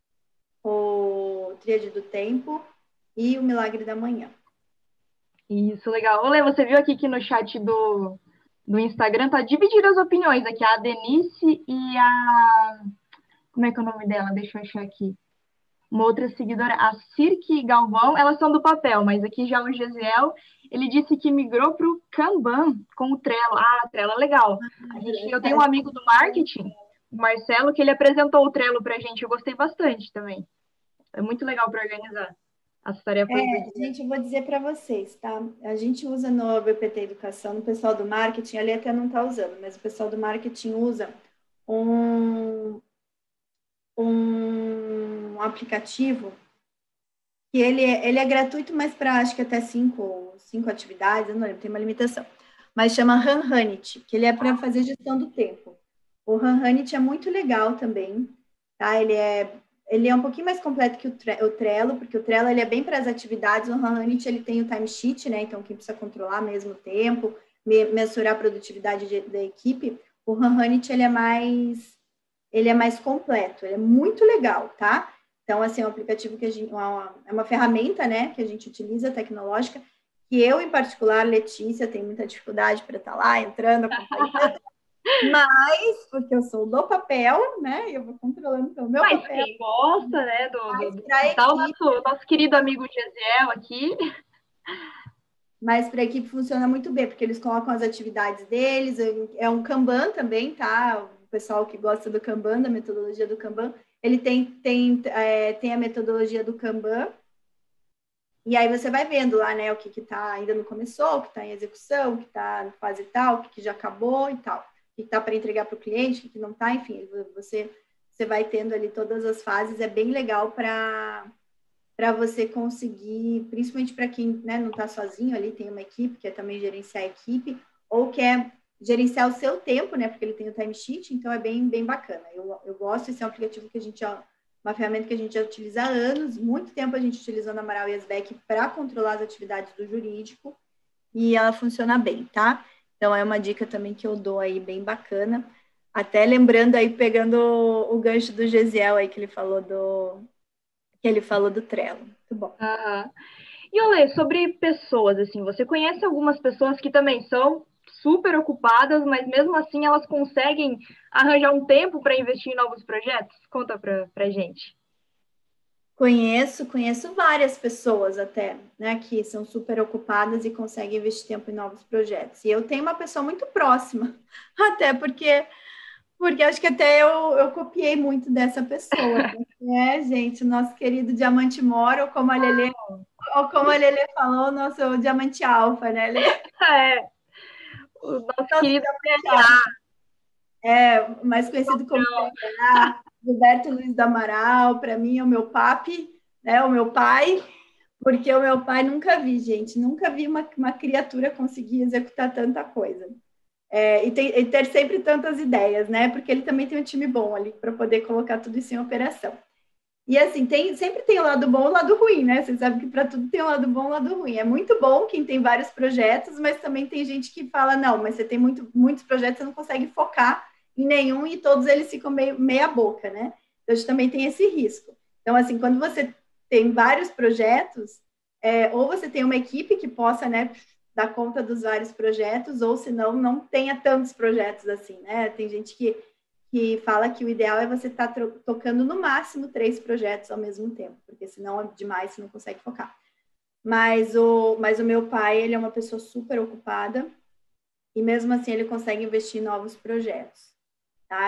[SPEAKER 1] o Tríade do Tempo e o Milagre da Manhã.
[SPEAKER 3] Isso, legal. Olê, você viu aqui que no chat do Instagram tá dividindo as opiniões aqui, a Denise e a... Como é que é o nome dela? Deixa eu achar aqui. uma outra seguidora, a Cirque Galvão, elas são do papel, mas aqui já o Gesiel, ele disse que migrou para o Kanban com o Trello. Ah, Trello é legal. Eu tenho um amigo do marketing, o Marcelo, que ele apresentou o Trello para a gente. Eu gostei bastante também. É muito legal para organizar as tarefas do dia.
[SPEAKER 1] Gente, eu vou dizer para vocês, tá? A gente usa no BPT Educação, o pessoal do marketing, ali até não está usando, mas o pessoal do marketing usa um aplicativo que ele é gratuito, mas para acho que até cinco atividades, eu não lembro, tem uma limitação. Mas chama Hanhanit, que ele é para fazer gestão do tempo. O Hanhanit é muito legal também, tá? Ele é um pouquinho mais completo que o Trello, porque o Trello ele é bem para as atividades, o Hanhanit ele tem o timesheet, né? Então, quem precisa controlar mesmo o tempo, mensurar a produtividade da equipe, o Hanhanit ele é mais completo, ele é muito legal, tá? Então, assim, é um aplicativo que é uma ferramenta, né, que a gente utiliza, tecnológica, que eu, em particular, Letícia, tem muita dificuldade para estar lá, entrando, acompanhando, mas, porque eu sou do papel, né, e eu vou controlando pelo meu
[SPEAKER 3] Mas
[SPEAKER 1] papel.
[SPEAKER 3] quem gosta, né, tá o nosso querido amigo Gesiel aqui.
[SPEAKER 1] Mas para a equipe funciona muito bem, porque eles colocam as atividades deles, é um Kanban também, tá? O pessoal que gosta do Kanban, da metodologia do Kanban, ele tem a metodologia do Kanban, e aí você vai vendo lá, né, o que tá, ainda não começou, o que está em execução, o que está na fase tal, o que já acabou e tal, o que está para entregar para o cliente, o que não está, enfim, você vai tendo ali todas as fases, é bem legal para você conseguir, principalmente para quem, né, não está sozinho ali, tem uma equipe, quer também gerenciar a equipe, ou quer gerenciar o seu tempo, né, porque ele tem o timesheet, então é bem, bem bacana. Eu gosto, esse é um aplicativo que uma ferramenta que a gente já utiliza há anos, muito tempo a gente utilizou na Amaral e Asbeck para controlar as atividades do jurídico, e ela funciona bem, tá? Então é uma dica também que eu dou aí, bem bacana. Até lembrando aí, pegando o gancho do Gesiel aí, que ele falou do Trello. Muito bom.
[SPEAKER 3] E Olê, sobre pessoas, assim, você conhece algumas pessoas que também são super ocupadas, mas mesmo assim elas conseguem arranjar um tempo para investir em novos projetos? Conta pra gente.
[SPEAKER 1] Conheço várias pessoas até, né, que são super ocupadas e conseguem investir tempo em novos projetos. E eu tenho uma pessoa muito próxima, até porque acho que até eu copiei muito dessa pessoa, né, gente, o nosso querido Diamante Moro, ou como a Lelê falou, o nosso Diamante Alfa, né, Lelê?
[SPEAKER 3] É, o nosso querido PLA.
[SPEAKER 1] Mais conhecido como PLA, Gilberto Luiz do Amaral, para mim é o meu papi, né, o meu pai, porque o meu pai nunca vi, gente, nunca vi uma criatura conseguir executar tanta coisa. E ter sempre tantas ideias, né? Porque ele também tem um time bom ali para poder colocar tudo isso em operação. E assim, sempre tem o lado bom e o lado ruim, né? Você sabe que para tudo tem o lado bom e o lado ruim. É muito bom quem tem vários projetos, mas também tem gente que fala, não, mas você tem muitos projetos, você não consegue focar em nenhum e todos eles ficam meia boca, né? Então, a gente também tem esse risco. Então, assim, quando você tem vários projetos, ou você tem uma equipe que possa, né, dar conta dos vários projetos, ou senão não tenha tantos projetos assim, né? Tem gente que fala que o ideal é você estar tocando no máximo 3 projetos ao mesmo tempo, porque senão é demais, você não consegue focar. Mas o meu pai, ele é uma pessoa super ocupada, e mesmo assim ele consegue investir em novos projetos, tá?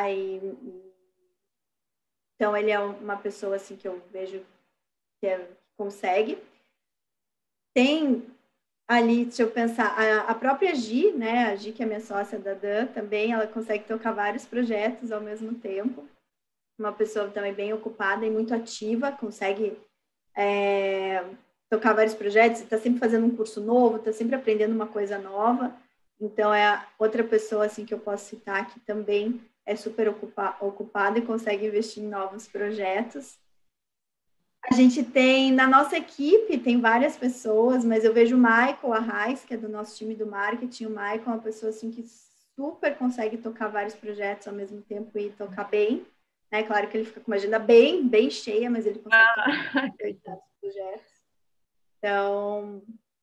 [SPEAKER 1] Então ele é uma pessoa assim que eu vejo que consegue. Tem ali, deixa eu pensar, a própria Gi, né? A Gi, que é minha sócia da Dan, também, ela consegue tocar vários projetos ao mesmo tempo. Uma pessoa também bem ocupada e muito ativa, consegue tocar vários projetos, está sempre fazendo um curso novo, está sempre aprendendo uma coisa nova. Então, é outra pessoa assim que eu posso citar que também é super ocupada e consegue investir em novos projetos. A gente tem, na nossa equipe, tem várias pessoas, mas eu vejo o Michael Arraes, que é do nosso time do marketing. O Michael é uma pessoa assim que super consegue tocar vários projetos ao mesmo tempo e tocar bem, né? Claro que ele fica com uma agenda bem, bem cheia, mas ele consegue tocar vários projetos. Então,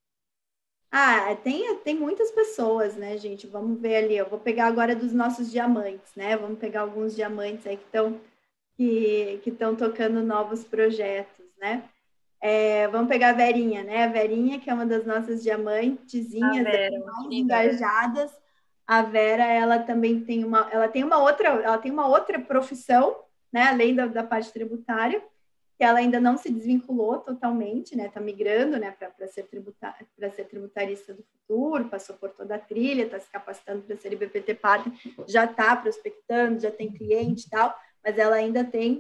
[SPEAKER 1] tem muitas pessoas, né, gente? Vamos ver ali, eu vou pegar agora dos nossos diamantes, né? Vamos pegar alguns diamantes aí que estão que estão tocando novos projetos, né? Vamos pegar a Verinha, né? A Verinha, que é uma das nossas diamantezinhas mais engajadas. A Vera, ela também tem uma outra profissão, né? Além da parte tributária, que ela ainda não se desvinculou totalmente, né? Está migrando, né? Para ser tributarista do futuro, passou por toda a trilha, está se capacitando para ser IBPT Partner, já está prospectando, já tem cliente e tal, mas ela ainda tem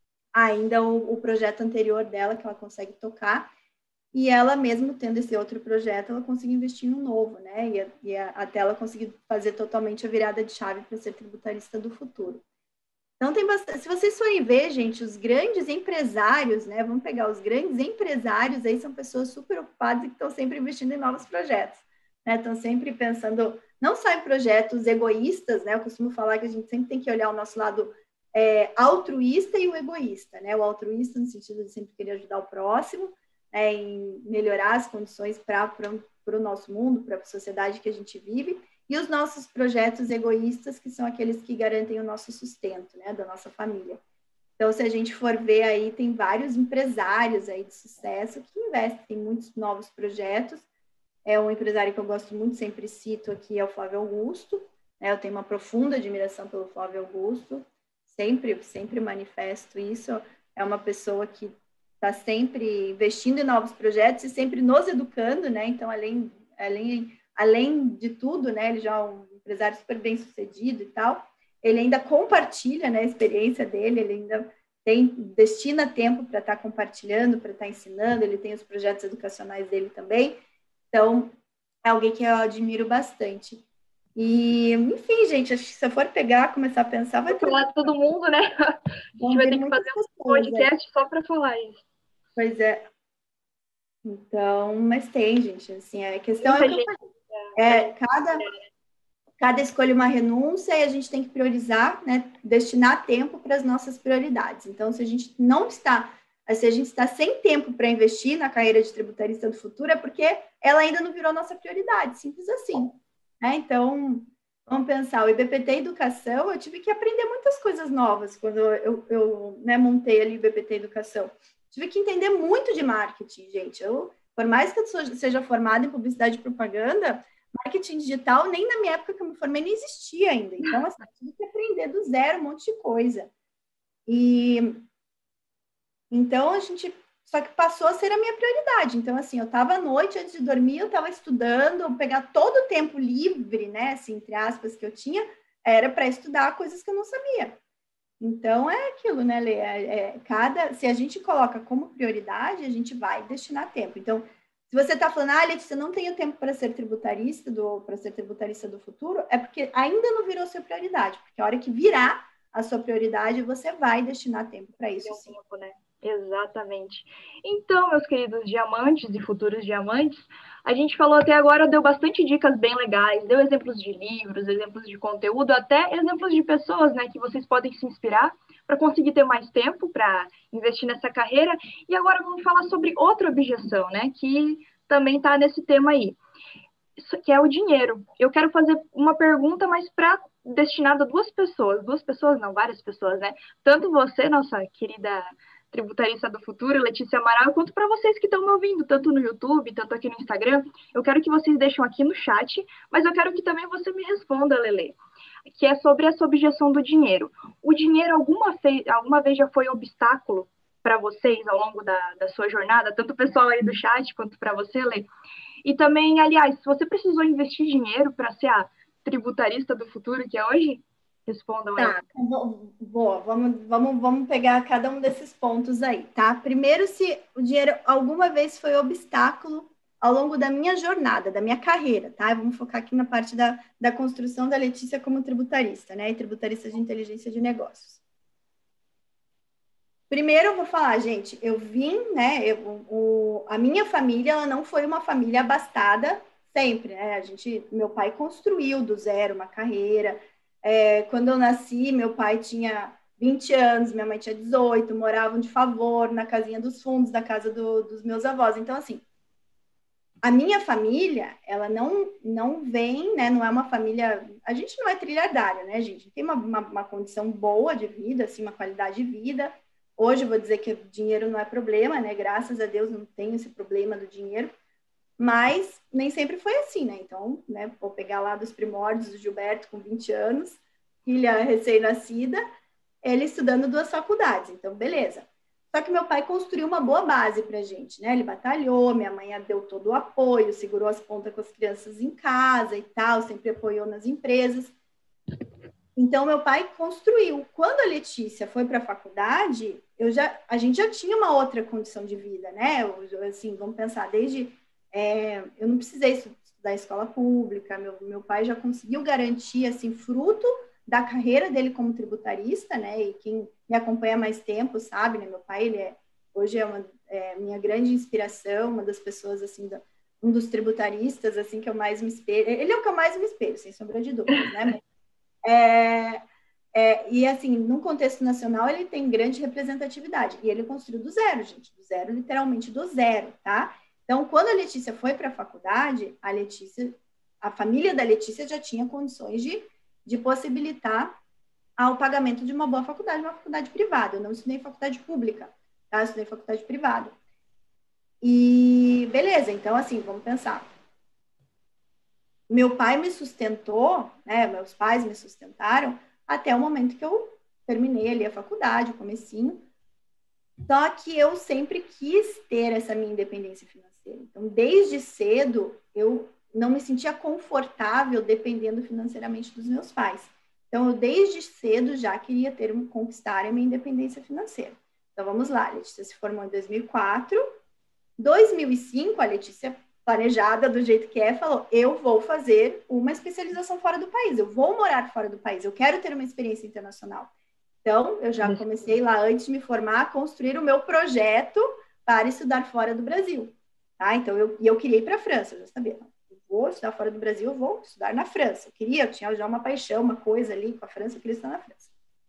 [SPEAKER 1] o projeto anterior dela que ela consegue tocar, e ela mesmo tendo esse outro projeto, ela consegue investir em um novo, né? Até ela conseguir fazer totalmente a virada de chave para ser tributarista do futuro. Então, tem bastante. Se vocês forem ver, gente, os grandes empresários, né? Vamos pegar os grandes empresários, aí são pessoas super ocupadas e que estão sempre investindo em novos projetos, né? Estão sempre pensando, não só em projetos egoístas, né? Eu costumo falar que a gente sempre tem que olhar o nosso lado altruísta e o egoísta, né? O altruísta no sentido de sempre querer ajudar o próximo, né? Em melhorar as condições para o nosso mundo, para a sociedade que a gente vive, e os nossos projetos egoístas, que são aqueles que garantem o nosso sustento, né, da nossa família. Então, se a gente for ver aí, tem vários empresários aí de sucesso que investem em muitos novos projetos. Um empresário que eu gosto muito, sempre cito aqui, é o Flávio Augusto, né? Eu tenho uma profunda admiração pelo Flávio Augusto, sempre manifesto isso. É uma pessoa que está sempre investindo em novos projetos e sempre nos educando, né? Então, além de tudo, né, ele já é um empresário super bem sucedido e tal, ele ainda compartilha, né, a experiência dele, ele ainda destina tempo para estar compartilhando, para estar ensinando, ele tem os projetos educacionais dele também, então é alguém que eu admiro bastante. E, enfim, gente, acho que se eu for começar a pensar, vai
[SPEAKER 3] falar de todo mundo, né? A gente vai ter que fazer um podcast só para falar isso.
[SPEAKER 1] Pois é. Então, mas tem, gente, assim, a questão é o que eu falei. Cada escolha uma renúncia e a gente tem que priorizar, né, destinar tempo para as nossas prioridades. Então, se a gente está sem tempo para investir na carreira de tributarista do futuro, é porque ela ainda não virou nossa prioridade, simples assim. Né? Então, vamos pensar, o IBPT Educação, eu tive que aprender muitas coisas novas quando eu montei ali o IBPT Educação. Tive que entender muito de marketing, gente. Por mais que eu seja formada em publicidade e propaganda, marketing digital, nem na minha época que eu me formei, nem existia ainda. Então, assim, eu tive que aprender do zero um monte de coisa. Então, só que passou a ser a minha prioridade. Então, assim, eu estava à noite, antes de dormir, eu estava estudando, pegar todo o tempo livre, né, assim, entre aspas, que eu tinha, era para estudar coisas que eu não sabia. Então, é aquilo, né, Lê? Se a gente coloca como prioridade, a gente vai destinar tempo. Então, se você está falando, Letícia, não tenho tempo para ser tributarista do futuro, é porque ainda não virou sua prioridade. Porque a hora que virar a sua prioridade, você vai destinar tempo para isso. Sim.
[SPEAKER 3] Tempo, né? Exatamente. Então, meus queridos diamantes e futuros diamantes, a gente falou até agora, deu bastante dicas bem legais, deu exemplos de livros, exemplos de conteúdo, até exemplos de pessoas, né, que vocês podem se inspirar para conseguir ter mais tempo para investir nessa carreira. E agora vamos falar sobre outra objeção, né, que também está nesse tema aí, que é o dinheiro. Eu quero fazer uma pergunta, mas destinada a duas pessoas não, várias pessoas, né? Tanto você, nossa querida tributarista do futuro, Letícia Amaral, quanto para vocês que estão me ouvindo, tanto no YouTube, tanto aqui no Instagram. Eu quero que vocês deixem aqui no chat, mas eu quero que também você me responda, Lelê, que é sobre essa objeção do dinheiro. O dinheiro alguma vez já foi obstáculo para vocês ao longo da sua jornada, tanto o pessoal aí do chat quanto para você, Lê? E também, aliás, se você precisou investir dinheiro para ser a tributarista do futuro que é hoje, respondam aí.
[SPEAKER 1] Tá, boa, vamos pegar cada um desses pontos aí, tá? Primeiro, se o dinheiro alguma vez foi obstáculo ao longo da minha jornada, da minha carreira, tá? Vamos focar aqui na parte da construção da Letícia como tributarista, né? E tributarista de inteligência de negócios. Primeiro, eu vou falar, gente, eu vim, né? A minha família, ela não foi uma família abastada sempre, né? Meu pai construiu do zero uma carreira. Quando eu nasci, meu pai tinha 20 anos, minha mãe tinha 18, moravam de favor na casinha dos fundos da casa dos meus avós. Então, assim, A minha família, ela não vem, né? Não é uma família... A gente não é trilhardária, né, gente? Tem uma condição boa de vida, assim, uma qualidade de vida. Hoje eu vou dizer que o dinheiro não é problema, né? Graças a Deus não tenho esse problema do dinheiro. Mas nem sempre foi assim, né? Então, né, vou pegar lá dos primórdios do Gilberto com 20 anos, filha recém-nascida, ele estudando 2 faculdades. Então, beleza. Só que meu pai construiu uma boa base para a gente, né? Ele batalhou, minha mãe deu todo o apoio, segurou as pontas com as crianças em casa e tal, sempre apoiou nas empresas. Então, meu pai construiu. Quando a Letícia foi para a faculdade, a gente já tinha uma outra condição de vida, né? Assim, vamos pensar, eu não precisei estudar em escola pública, meu pai já conseguiu garantir, assim, fruto da carreira dele como tributarista, né? E quem me acompanha há mais tempo sabe, né? Meu pai, hoje é minha grande inspiração, uma das pessoas, assim, um dos tributaristas, assim, que eu mais me espelho. Ele é o que eu mais me espelho, sem sombra de dúvidas, né? E, assim, no contexto nacional, ele tem grande representatividade. E ele construiu do zero, gente. Do zero, literalmente do zero, tá? Então, quando a Letícia foi para a faculdade, a família da Letícia já tinha condições de possibilitar o pagamento de uma boa faculdade, uma faculdade privada. Eu não estudei em faculdade pública, tá? Eu estudei em faculdade privada. E, beleza, então, assim, vamos pensar. Meu pai me sustentou, né? Meus pais me sustentaram até o momento que eu terminei ali a faculdade, o comecinho. Só que eu sempre quis ter essa minha independência financeira. Então, desde cedo, eu não me sentia confortável dependendo financeiramente dos meus pais. Então, eu desde cedo já queria conquistar a minha independência financeira. Então, vamos lá, a Letícia se formou em 2004. 2005, a Letícia, planejada do jeito que falou, eu vou fazer uma especialização fora do país, eu vou morar fora do país, eu quero ter uma experiência internacional. Então, eu já comecei lá, antes de me formar, a construir o meu projeto para estudar fora do Brasil. Tá? Então, eu queria ir para a França, eu já sabia. Eu vou estudar fora do Brasil, eu vou estudar na França. Eu tinha já uma paixão, uma coisa ali com a França, eu queria estudar na França.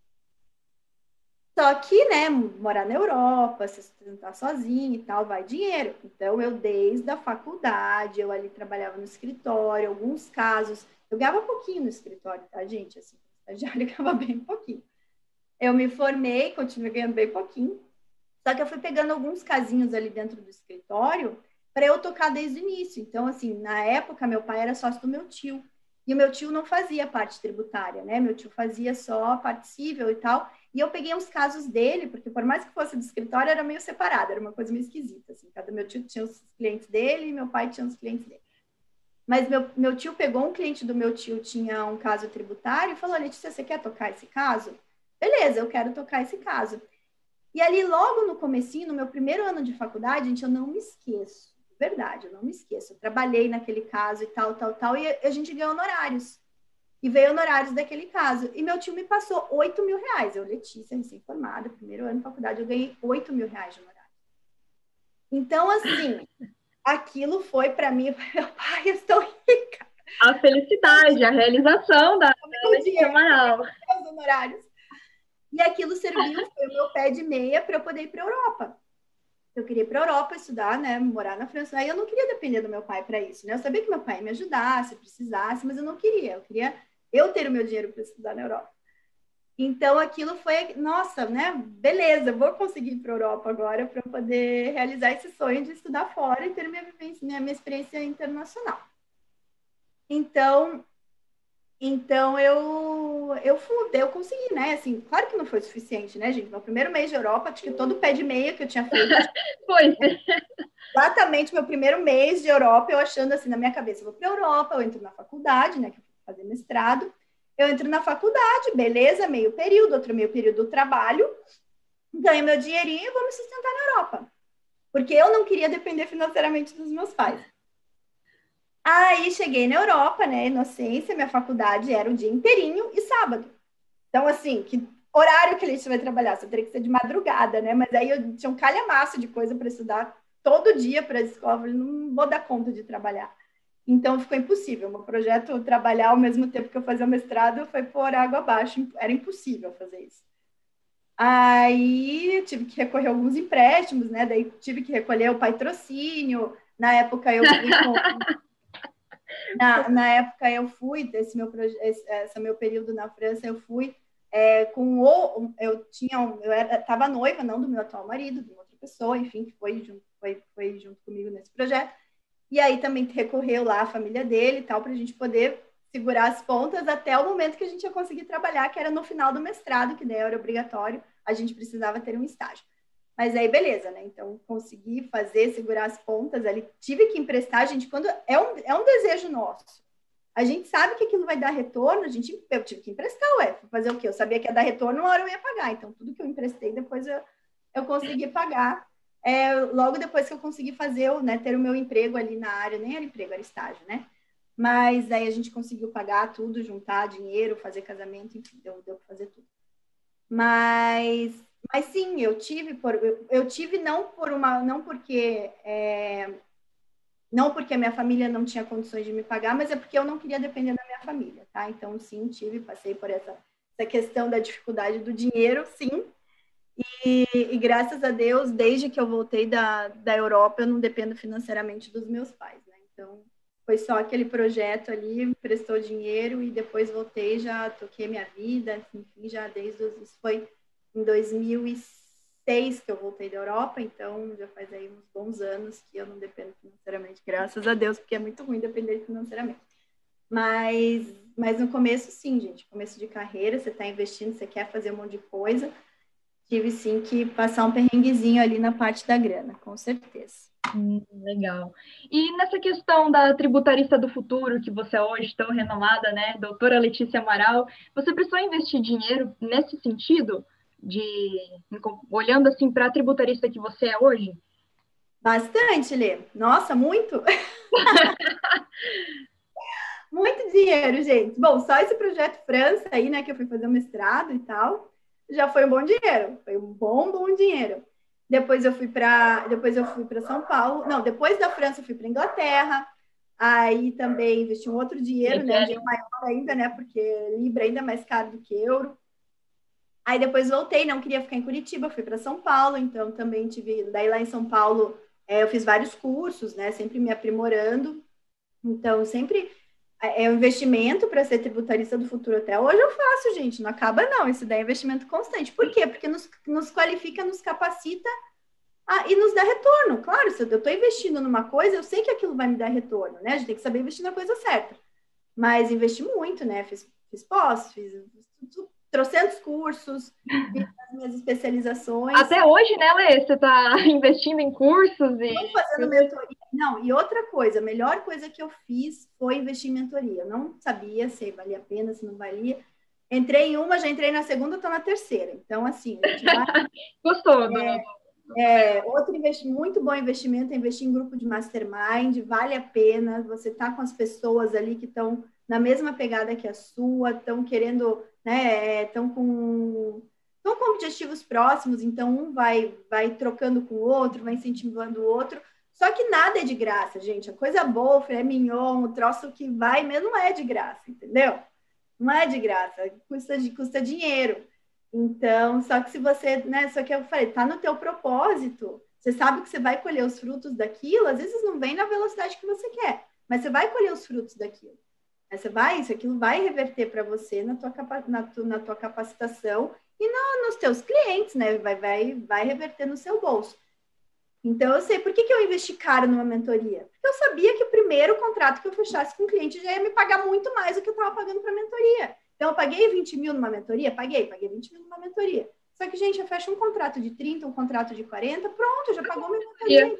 [SPEAKER 1] Só que, né, morar na Europa, se sustentar sozinha e tal, vai dinheiro. Então, eu desde a faculdade, eu ali trabalhava no escritório, alguns casos, eu ganhava pouquinho no escritório, tá, gente? Assim, estagiário ganhava bem pouquinho. Eu me formei, continuei ganhando bem pouquinho. Só que eu fui pegando alguns casinhos ali dentro do escritório para eu tocar desde o início. Então, assim, na época, meu pai era sócio do meu tio. E o meu tio não fazia parte tributária, né? Meu tio fazia só parte civil e tal. E eu peguei uns casos dele, porque por mais que fosse do escritório, era meio separado, era uma coisa meio esquisita. Assim. Cada meu tio tinha os clientes dele e meu pai tinha os clientes dele. Mas meu tio pegou um cliente do meu tio, tinha um caso tributário, e falou, Letícia, você quer tocar esse caso? Beleza, eu quero tocar esse caso. E ali, logo no comecinho, no meu primeiro ano de faculdade, gente, eu não me esqueço. Verdade, eu não me esqueço. Eu trabalhei naquele caso e tal, e a gente ganhou honorários. E veio honorários daquele caso. E meu tio me passou R$8.000. Eu, Letícia, recém-formada, primeiro ano de faculdade, eu ganhei R$8.000 de honorário. Então, assim, aquilo foi para mim, meu pai, eu estou rica.
[SPEAKER 3] A felicidade, a realização da Letícia Amaral.
[SPEAKER 1] Os honorários. E aquilo serviu, foi o meu pé de meia para eu poder ir para a Europa. Eu queria ir para a Europa estudar, né, morar na França. Aí eu não queria depender do meu pai para isso, né? Eu sabia que meu pai ia me ajudar se precisasse, mas eu não queria. Eu queria ter o meu dinheiro para estudar na Europa. Então aquilo foi, nossa, né? Beleza, vou conseguir ir para a Europa agora para poder realizar esse sonho de estudar fora e ter minha vivência, minha experiência internacional. Então eu consegui, né? Assim, claro que não foi suficiente, né, gente? Meu primeiro mês de Europa, acho que todo o pé de meia que eu tinha feito.
[SPEAKER 3] Foi.
[SPEAKER 1] Exatamente, meu primeiro mês de Europa, eu achando assim na minha cabeça, eu vou para a Europa, eu entro na faculdade, né? Que eu vou fazer mestrado. Eu entro na faculdade, beleza, meio período, outro meio período do trabalho, ganho meu dinheirinho e vou me sustentar na Europa. Porque eu não queria depender financeiramente dos meus pais. Aí cheguei na Europa, né, inocência, minha faculdade era o dia inteirinho e sábado. Então, assim, que horário que a gente vai trabalhar? Só teria que ser de madrugada, né? Mas aí eu tinha um calhamaço de coisa para estudar todo dia para a escola, eu falei, não vou dar conta de trabalhar. Então, ficou impossível. Meu projeto, trabalhar ao mesmo tempo que eu fazia o mestrado, foi por água abaixo. Era impossível fazer isso. Aí, tive que recorrer a alguns empréstimos, né? Daí, tive que recolher o patrocínio. Na época eu fui na época eu fui, esse meu período na França, eu fui eu estava noiva, não do meu atual marido, de uma outra pessoa, enfim, que foi junto comigo nesse projeto. E aí também recorreu lá a família dele e tal, para a gente poder segurar as pontas até o momento que a gente ia conseguir trabalhar, que era no final do mestrado, que daí era obrigatório, a gente precisava ter um estágio. Mas aí, beleza, né? Então, consegui segurar as pontas ali. Tive que emprestar, gente, quando é um desejo nosso. A gente sabe que aquilo vai dar retorno, eu tive que emprestar, fazer o quê? Eu sabia que ia dar retorno, uma hora eu ia pagar. Então, tudo que eu emprestei, depois eu consegui pagar. Logo depois que eu consegui fazer, né, ter o meu emprego ali na área, nem era emprego, era estágio, né? Mas aí a gente conseguiu pagar tudo, juntar dinheiro, fazer casamento, enfim, deu para fazer tudo. Mas sim, eu tive não porque a minha família não tinha condições de me pagar, mas é porque eu não queria depender da minha família, tá? Então, sim, passei por essa questão da dificuldade do dinheiro, sim. E graças a Deus, desde que eu voltei da Europa, eu não dependo financeiramente dos meus pais, né? Então, foi só aquele projeto ali, prestou dinheiro e depois voltei, já toquei minha vida, enfim, já isso foi em 2006 que eu voltei da Europa, então já faz aí uns bons anos que eu não dependo financeiramente, graças a Deus, porque é muito ruim depender financeiramente. Mas no começo, sim, gente, começo de carreira, você está investindo, você quer fazer um monte de coisa, tive sim que passar um perrenguezinho ali na parte da grana, com certeza.
[SPEAKER 3] Legal. E nessa questão da tributarista do futuro, que você é hoje tão renomada, né, doutora Letícia Amaral, você precisou investir dinheiro nesse sentido, olhando assim para a tributarista que você é hoje?
[SPEAKER 1] Bastante, Lê. Nossa, muito! Muito dinheiro, gente. Bom, só esse projeto França aí, né, que eu fui fazer o mestrado e tal, já foi um bom dinheiro. Foi um bom dinheiro. Depois eu fui para São Paulo. Não, depois da França eu fui para Inglaterra. Aí também investi um outro dinheiro, né, um dinheiro maior ainda, né, porque Libra ainda é mais caro do que euro. Aí depois voltei, não queria ficar em Curitiba, fui para São Paulo, então também daí lá em São Paulo eu fiz vários cursos, né, sempre me aprimorando. Então, sempre é um investimento para ser tributarista do futuro. Até hoje eu faço, gente, não acaba não, isso daí é investimento constante. Por quê? Porque nos qualifica, nos capacita e nos dá retorno. Claro, se eu estou investindo numa coisa, eu sei que aquilo vai me dar retorno, né? A gente tem que saber investir na coisa certa. Mas investi muito, né? Fiz pós, fiz trocentos cursos, fiz as minhas especializações.
[SPEAKER 3] Até hoje, né, Lê? Você está investindo em cursos e...
[SPEAKER 1] Estou fazendo mentoria. Não, e outra coisa, a melhor coisa que eu fiz foi investir em mentoria. Eu não sabia se valia a pena, se não valia. Entrei em uma, já entrei na segunda, estou na terceira. Então, assim...
[SPEAKER 3] Gostou?
[SPEAKER 1] Outro muito bom investimento é investir em grupo de mastermind, vale a pena. Você tá com as pessoas ali que estão na mesma pegada que a sua, estão querendo, né, estão com objetivos próximos, então um vai trocando com o outro, vai incentivando o outro. Só que nada é de graça, gente. A coisa boa, o filé mignon, o troço que vai mesmo não é de graça, entendeu? Não é de graça, custa dinheiro. Então, só que se você, né, só que eu falei, tá no teu propósito, você sabe que você vai colher os frutos daquilo, às vezes não vem na velocidade que você quer, mas você vai colher os frutos daquilo. Aquilo vai reverter para você na tua capacitação e nos teus clientes, né? Vai reverter no seu bolso. Então, eu sei por que eu investi caro numa mentoria. Porque eu sabia que o primeiro contrato que eu fechasse com o cliente já ia me pagar muito mais do que eu estava pagando para a mentoria. Então, eu paguei 20 mil numa mentoria? Paguei 20 mil numa mentoria. Só que, gente, eu fecho um contrato de 30, um contrato de 40, pronto, já pagou minha mentoria.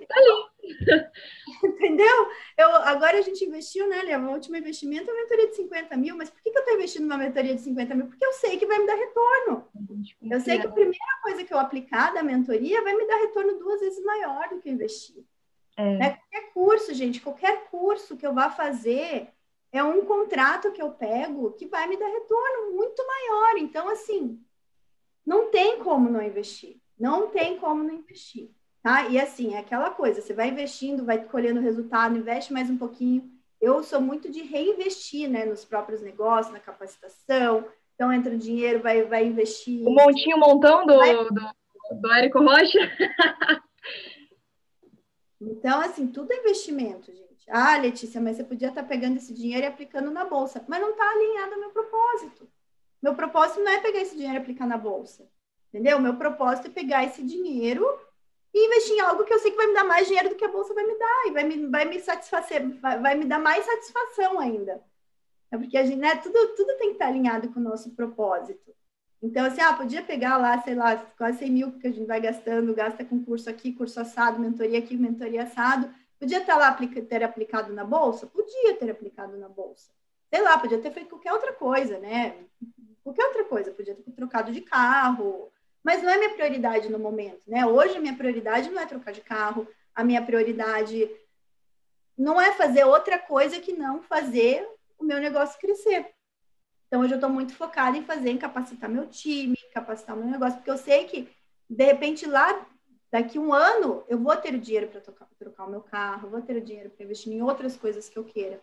[SPEAKER 1] Entendeu? Agora a gente investiu, né, Léo? O último investimento é uma mentoria de 50 mil, mas por que eu estou investindo numa mentoria de 50 mil? Porque eu sei que vai me dar retorno. Eu sei que a primeira coisa que eu aplicar da mentoria vai me dar retorno 2 vezes maior do que eu investir. Né? Qualquer curso, gente, qualquer curso que eu vá fazer é um contrato que eu pego que vai me dar retorno muito maior. Então, assim, não tem como não investir. Não tem como não investir. Tá? E assim, é aquela coisa, você vai investindo, vai colhendo resultado, investe mais um pouquinho. Eu sou muito de reinvestir, né, nos próprios negócios, na capacitação. Então, entra o dinheiro, vai investir.
[SPEAKER 3] O montinho montão do Érico Rocha?
[SPEAKER 1] Então, assim, tudo é investimento, gente. Ah, Letícia, mas você podia estar pegando esse dinheiro e aplicando na bolsa, mas não está alinhado ao meu propósito. Meu propósito não é pegar esse dinheiro e aplicar na bolsa, entendeu? Meu propósito é pegar esse dinheiro e investir em algo que eu sei que vai me dar mais dinheiro do que a bolsa vai me dar, e vai me satisfazer, vai me dar mais satisfação ainda. É porque a gente, né, tudo tem que estar alinhado com o nosso propósito. Então, assim, podia pegar lá, sei lá, quase 100 mil que a gente vai gastando, gasta com curso aqui, curso assado, mentoria aqui, mentoria assado. Podia estar lá, ter aplicado na bolsa? Podia ter aplicado na bolsa. Sei lá, podia ter feito qualquer outra coisa, né? Qualquer outra coisa, podia ter trocado de carro, mas não é minha prioridade no momento, né? Hoje a minha prioridade não é trocar de carro, a minha prioridade não é fazer outra coisa que não fazer o meu negócio crescer. Então, hoje eu estou muito focada em capacitar meu time, capacitar o meu negócio, porque eu sei que, de repente, lá, daqui um ano, eu vou ter o dinheiro para trocar o meu carro, vou ter o dinheiro para investir em outras coisas que eu queira.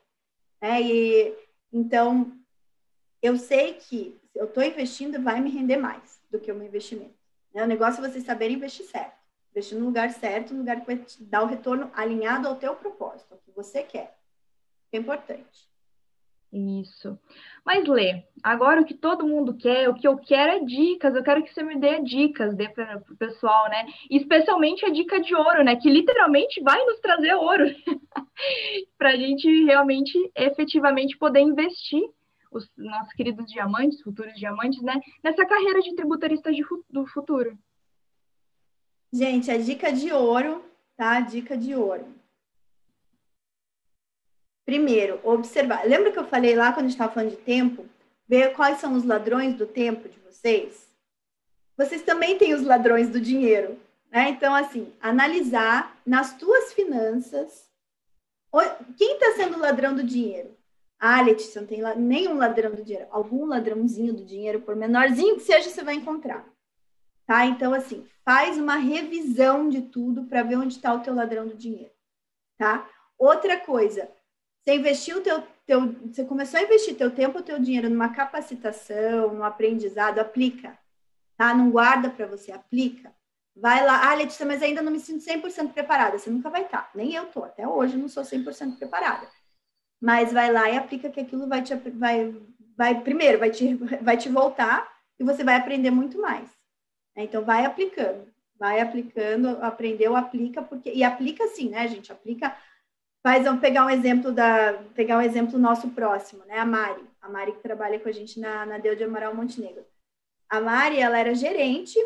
[SPEAKER 1] Então, eu sei que se eu estou investindo, vai me render mais do que o meu investimento. O negócio é vocês saberem investir certo. Investir no lugar certo, no lugar que vai te dar o retorno alinhado ao teu propósito, ao que você quer. É importante.
[SPEAKER 3] Isso. Mas, Lê, agora o que todo mundo quer, o que eu quero é dicas. Eu quero que você me dê dicas, dê para o pessoal, né? E especialmente a dica de ouro, né? Que literalmente vai nos trazer ouro para a gente realmente, efetivamente, poder investir os nossos queridos diamantes, futuros diamantes, né? Nessa carreira de tributarista do futuro.
[SPEAKER 1] Gente, a dica de ouro, tá? Dica de ouro. Primeiro, observar. Lembra que eu falei lá quando a gente estava falando de tempo? Ver quais são os ladrões do tempo de vocês? Vocês também têm os ladrões do dinheiro, né? Então, assim, analisar nas tuas finanças quem está sendo o ladrão do dinheiro. Ah, Letícia, não tem nenhum ladrão do dinheiro. Algum ladrãozinho do dinheiro, por menorzinho que seja, você vai encontrar. Tá? Então, assim, faz uma revisão de tudo para ver onde está o teu ladrão do dinheiro. Tá? Outra coisa, você investiu você começou a investir teu tempo, teu dinheiro numa capacitação, no aprendizado, aplica, tá? Não guarda para você, aplica. Vai lá, Letícia, mas ainda não me sinto 100% preparada. Você nunca vai estar, nem eu tô, até hoje eu não sou 100% preparada. Mas vai lá e aplica que aquilo primeiro, vai te voltar e você vai aprender muito mais. Então, vai aplicando, aprendeu, aplica, e aplica assim, né, gente? Aplica. Vamos pegar um exemplo nosso próximo, né? A Mari que trabalha com a gente na Deu de Amaral Montenegro. A Mari, ela era gerente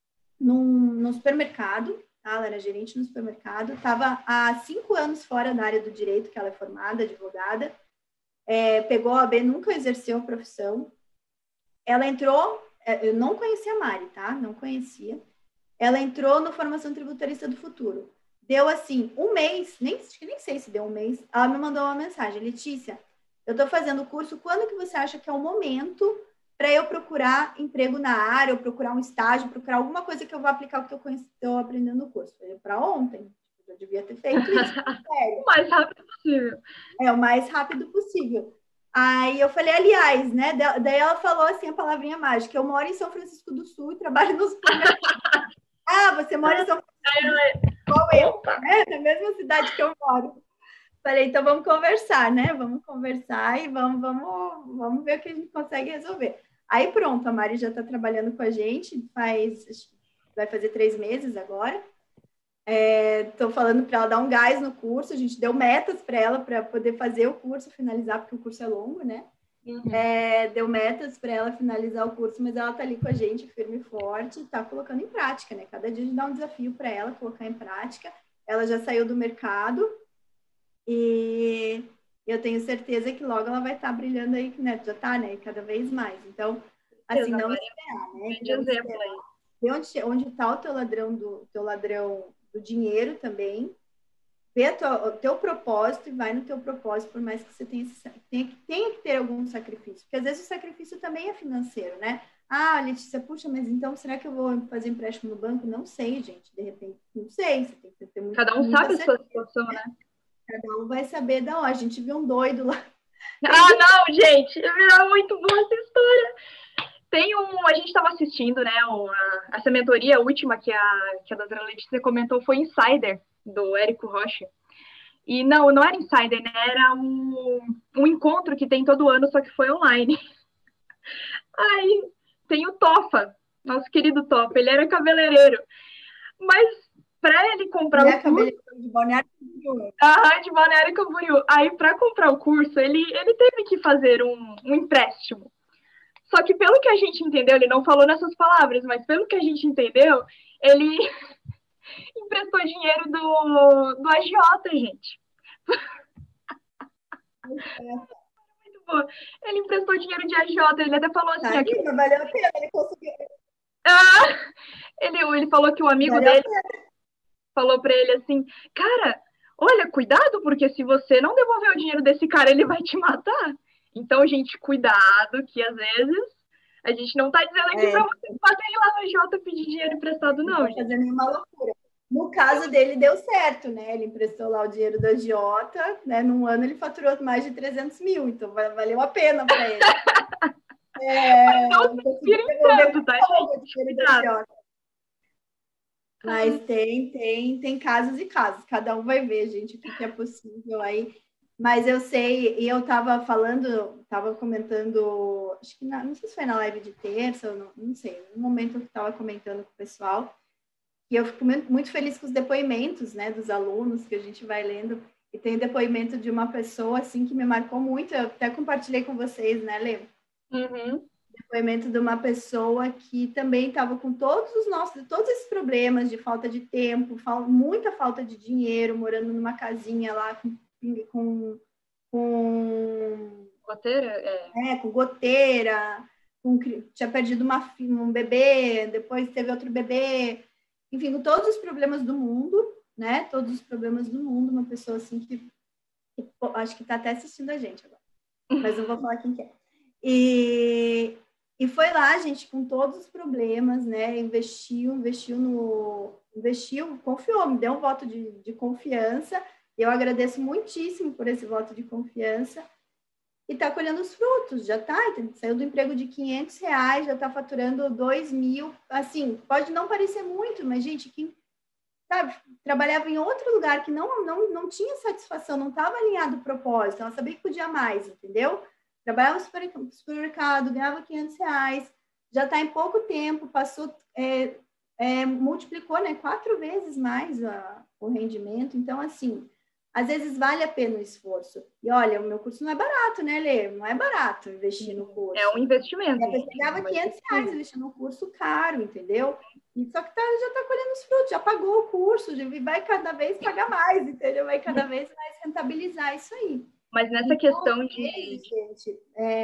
[SPEAKER 1] no supermercado, tá? Ela era gerente no supermercado, estava há 5 anos fora da área do direito, que ela é formada, advogada, pegou a OAB, nunca exerceu a profissão. Ela entrou, eu não conhecia a Mari, tá? Não conhecia. Ela entrou no Formação Tributarista do Futuro. Deu, assim, um mês, nem sei se deu um mês, ela me mandou uma mensagem: Letícia, eu estou fazendo o curso, quando que você acha que é o momento para eu procurar emprego na área, ou procurar um estágio, procurar alguma coisa que eu vou aplicar o que eu estou aprendendo no curso? Eu falei, para ontem, eu devia ter feito isso. Sério.
[SPEAKER 3] O mais rápido possível.
[SPEAKER 1] O mais rápido possível. Aí eu falei, aliás, né? Daí ela falou assim a palavrinha mágica: eu moro em São Francisco do Sul e trabalho nos supermercados. Você mora em São Francisco do Sul, igual eu, né? Na mesma cidade que eu moro. Falei, então vamos conversar, né? Vamos conversar e vamos ver o que a gente consegue resolver. Aí pronto, a Mari já está trabalhando com a gente, vai fazer 3 meses agora. Estou falando para ela dar um gás no curso, a gente deu metas para ela para poder fazer o curso, finalizar, porque o curso é longo, né? Uhum. Deu metas para ela finalizar o curso, mas ela está ali com a gente, firme e forte, está colocando em prática, né? Cada dia a gente dá um desafio para ela colocar em prática. Ela já saiu do mercado e eu tenho certeza que logo ela vai estar brilhando aí, né? Já está, né? Cada vez mais. Então, assim, não esperar, né? Onde está o teu ladrão do dinheiro também, vê o teu propósito e vai no teu propósito, por mais que você tenha que ter algum sacrifício, porque às vezes o sacrifício também é financeiro, né? Letícia, puxa, mas então será que eu vou fazer empréstimo no banco? Não sei, gente, de repente, não sei, você tem que ter muito.
[SPEAKER 3] Cada um sabe a sua situação, né?
[SPEAKER 1] Cada um vai saber da onde. A gente viu um doido lá.
[SPEAKER 3] Não, gente, é muito boa essa história. A gente estava assistindo, né, essa mentoria última que a doutora Letícia comentou, foi Insider. do Érico Rocha. E não era Insider, né? Era um encontro que tem todo ano, só que foi online. Aí tem o Tofa, nosso querido Tofa, ele era cabeleireiro. Mas para ele comprar
[SPEAKER 1] Ele
[SPEAKER 3] o
[SPEAKER 1] é
[SPEAKER 3] curso...
[SPEAKER 1] cabeleireiro de Balneário Camboriú.
[SPEAKER 3] De Balneário Camboriú. Aí, para comprar o curso, ele teve que fazer um empréstimo. Só que pelo que a gente entendeu, ele não falou nessas palavras, mas pelo que a gente entendeu, ele emprestou dinheiro do agiota, gente. Muito bom. Ele emprestou dinheiro de agiota, ele até falou assim...
[SPEAKER 1] Aqui, mas valeu a pena, ele conseguiu.
[SPEAKER 3] Ele falou que o amigo
[SPEAKER 1] Valeu a
[SPEAKER 3] dele
[SPEAKER 1] pena.
[SPEAKER 3] falou para ele assim, cara, olha, cuidado, porque se você não devolver o dinheiro desse cara, ele vai te matar. Então, gente, cuidado, que às vezes a gente não tá dizendo aqui para você bater lá no agiota pedir dinheiro emprestado, não, gente.
[SPEAKER 1] Fazendo uma loucura. No caso dele, deu certo, né? Ele emprestou lá o dinheiro do agiota, né? Num ano ele faturou mais de 300 mil, então valeu a pena para ele.
[SPEAKER 3] Mas não se inspirem tanto, tá, gente?
[SPEAKER 1] Mas tem casos e casos, cada um vai ver, gente, o que é possível aí. Mas eu sei, e eu estava comentando, acho que não sei se foi na live de terça, ou não sei, no momento que estava comentando com o pessoal, e eu fico muito feliz com os depoimentos, né, dos alunos que a gente vai lendo, e tem depoimento de uma pessoa, assim, que me marcou muito, eu até compartilhei com vocês, né, Lê?
[SPEAKER 3] Uhum.
[SPEAKER 1] Depoimento de uma pessoa que também estava com todos esses problemas de falta de tempo, muita falta de dinheiro, morando numa casinha lá com
[SPEAKER 3] goteira,
[SPEAKER 1] com goteira, tinha perdido um bebê, depois teve outro bebê, enfim, com todos os problemas do mundo, né? Todos os problemas do mundo, uma pessoa assim que acho que está até assistindo a gente agora, mas não vou falar quem que é. E foi lá, gente, com todos os problemas, né? Investiu, confiou, me deu um voto de confiança. E eu agradeço muitíssimo por esse voto de confiança. E está colhendo os frutos, já está, saiu do emprego de R$500, já está faturando 2 mil. Assim, pode não parecer muito, mas, gente, quem trabalhava em outro lugar que não tinha satisfação, não estava alinhado o propósito, ela sabia que podia mais, entendeu? Trabalhava no supermercado, ganhava R$500, já está em pouco tempo, passou, multiplicou, né, 4 vezes mais o rendimento. Então, assim, às vezes vale a pena o esforço. E olha, o meu curso não é barato, né, Lê? Não é barato investir no curso.
[SPEAKER 3] É um investimento.
[SPEAKER 1] A pessoa ganhava R$500 investindo no curso caro, entendeu? E só que já está colhendo os frutos, já pagou o curso, e vai cada vez pagar mais, entendeu? Vai cada vez mais rentabilizar isso aí.
[SPEAKER 3] Mas nessa questão de...
[SPEAKER 1] Gente,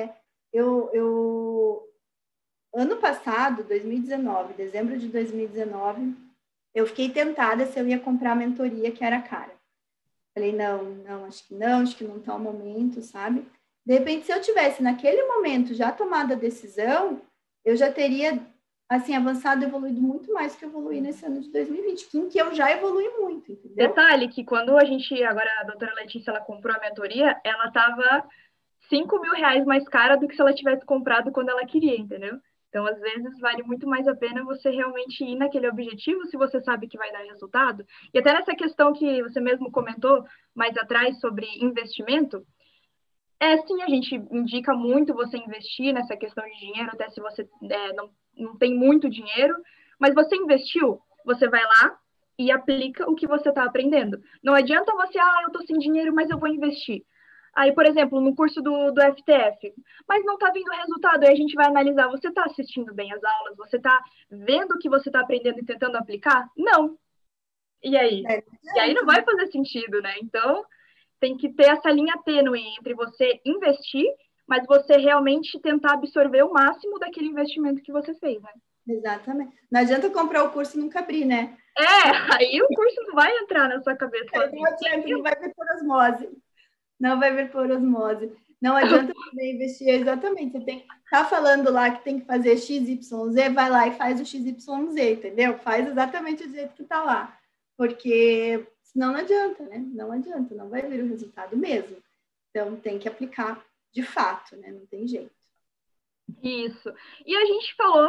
[SPEAKER 1] ano passado, 2019, dezembro de 2019, eu fiquei tentada se eu ia comprar a mentoria que era cara. Falei, acho que não está o momento, sabe? De repente, se eu tivesse naquele momento já tomado a decisão, eu já teria, assim, avançado, evoluído muito mais do que eu evoluí nesse ano de 2020, em que eu já evolui muito, entendeu?
[SPEAKER 3] Detalhe que quando agora a doutora Letícia, ela comprou a mentoria, ela estava R$5.000 mais cara do que se ela tivesse comprado quando ela queria, entendeu? Então, às vezes, vale muito mais a pena você realmente ir naquele objetivo, se você sabe que vai dar resultado. E até nessa questão que você mesmo comentou mais atrás sobre investimento, sim, a gente indica muito você investir nessa questão de dinheiro, até se você não tem muito dinheiro, mas você investiu, você vai lá e aplica o que você está aprendendo. Não adianta você, eu estou sem dinheiro, mas eu vou investir. Aí, por exemplo, no curso do FTF, mas não está vindo resultado, aí a gente vai analisar, você está assistindo bem as aulas, você está vendo o que você está aprendendo e tentando aplicar? Não. E aí? E aí não vai fazer sentido, né? Então, tem que ter essa linha tênue entre você investir, mas você realmente tentar absorver o máximo daquele investimento que você fez, né?
[SPEAKER 1] Exatamente. Não adianta comprar o curso e nunca abrir, né?
[SPEAKER 3] Aí o curso não vai entrar na sua cabeça.
[SPEAKER 1] Não adianta, não vai vir por osmose. Não vai vir por osmose. Não adianta você investir, exatamente. Você tá falando lá que tem que fazer XYZ, vai lá e faz o XYZ, entendeu? Faz exatamente do jeito que tá lá. Porque senão não adianta, né? Não adianta, não vai vir o resultado mesmo. Então tem que aplicar de fato, né? Não tem jeito.
[SPEAKER 3] Isso. E a gente falou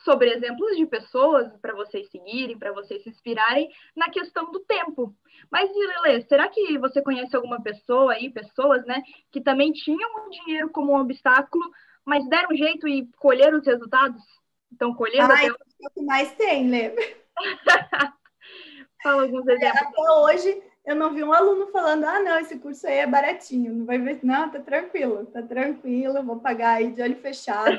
[SPEAKER 3] sobre exemplos de pessoas para vocês seguirem, para vocês se inspirarem na questão do tempo. Mas, Lelê, será que você conhece alguma pessoa aí, pessoas, né, que também tinham o dinheiro como um obstáculo, mas deram um jeito e colheram os resultados? Estão colhendo até hoje?
[SPEAKER 1] É o que mais tem, Lê.
[SPEAKER 3] Fala alguns exemplos.
[SPEAKER 1] Até hoje, eu não vi um aluno falando, não, esse curso aí é baratinho, não vai ver, não, tá tranquilo, vou pagar aí de olho fechado.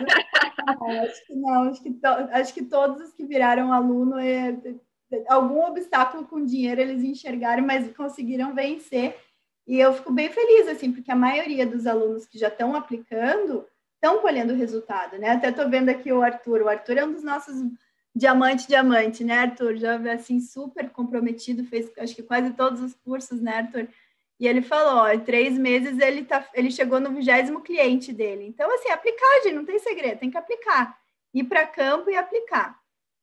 [SPEAKER 1] Não, acho que todos os que viraram aluno, algum obstáculo com dinheiro eles enxergaram, mas conseguiram vencer. E eu fico bem feliz, assim, porque a maioria dos alunos que já estão aplicando estão colhendo resultado, né? Até estou vendo aqui o Arthur é um dos nossos diamante, né, Arthur? Já, assim, super comprometido, fez, acho que quase todos os cursos, né, Arthur? E ele falou, em 3 meses ele chegou no 20º cliente dele. Então, assim, aplicar, gente, não tem segredo, tem que aplicar. Ir para campo e aplicar.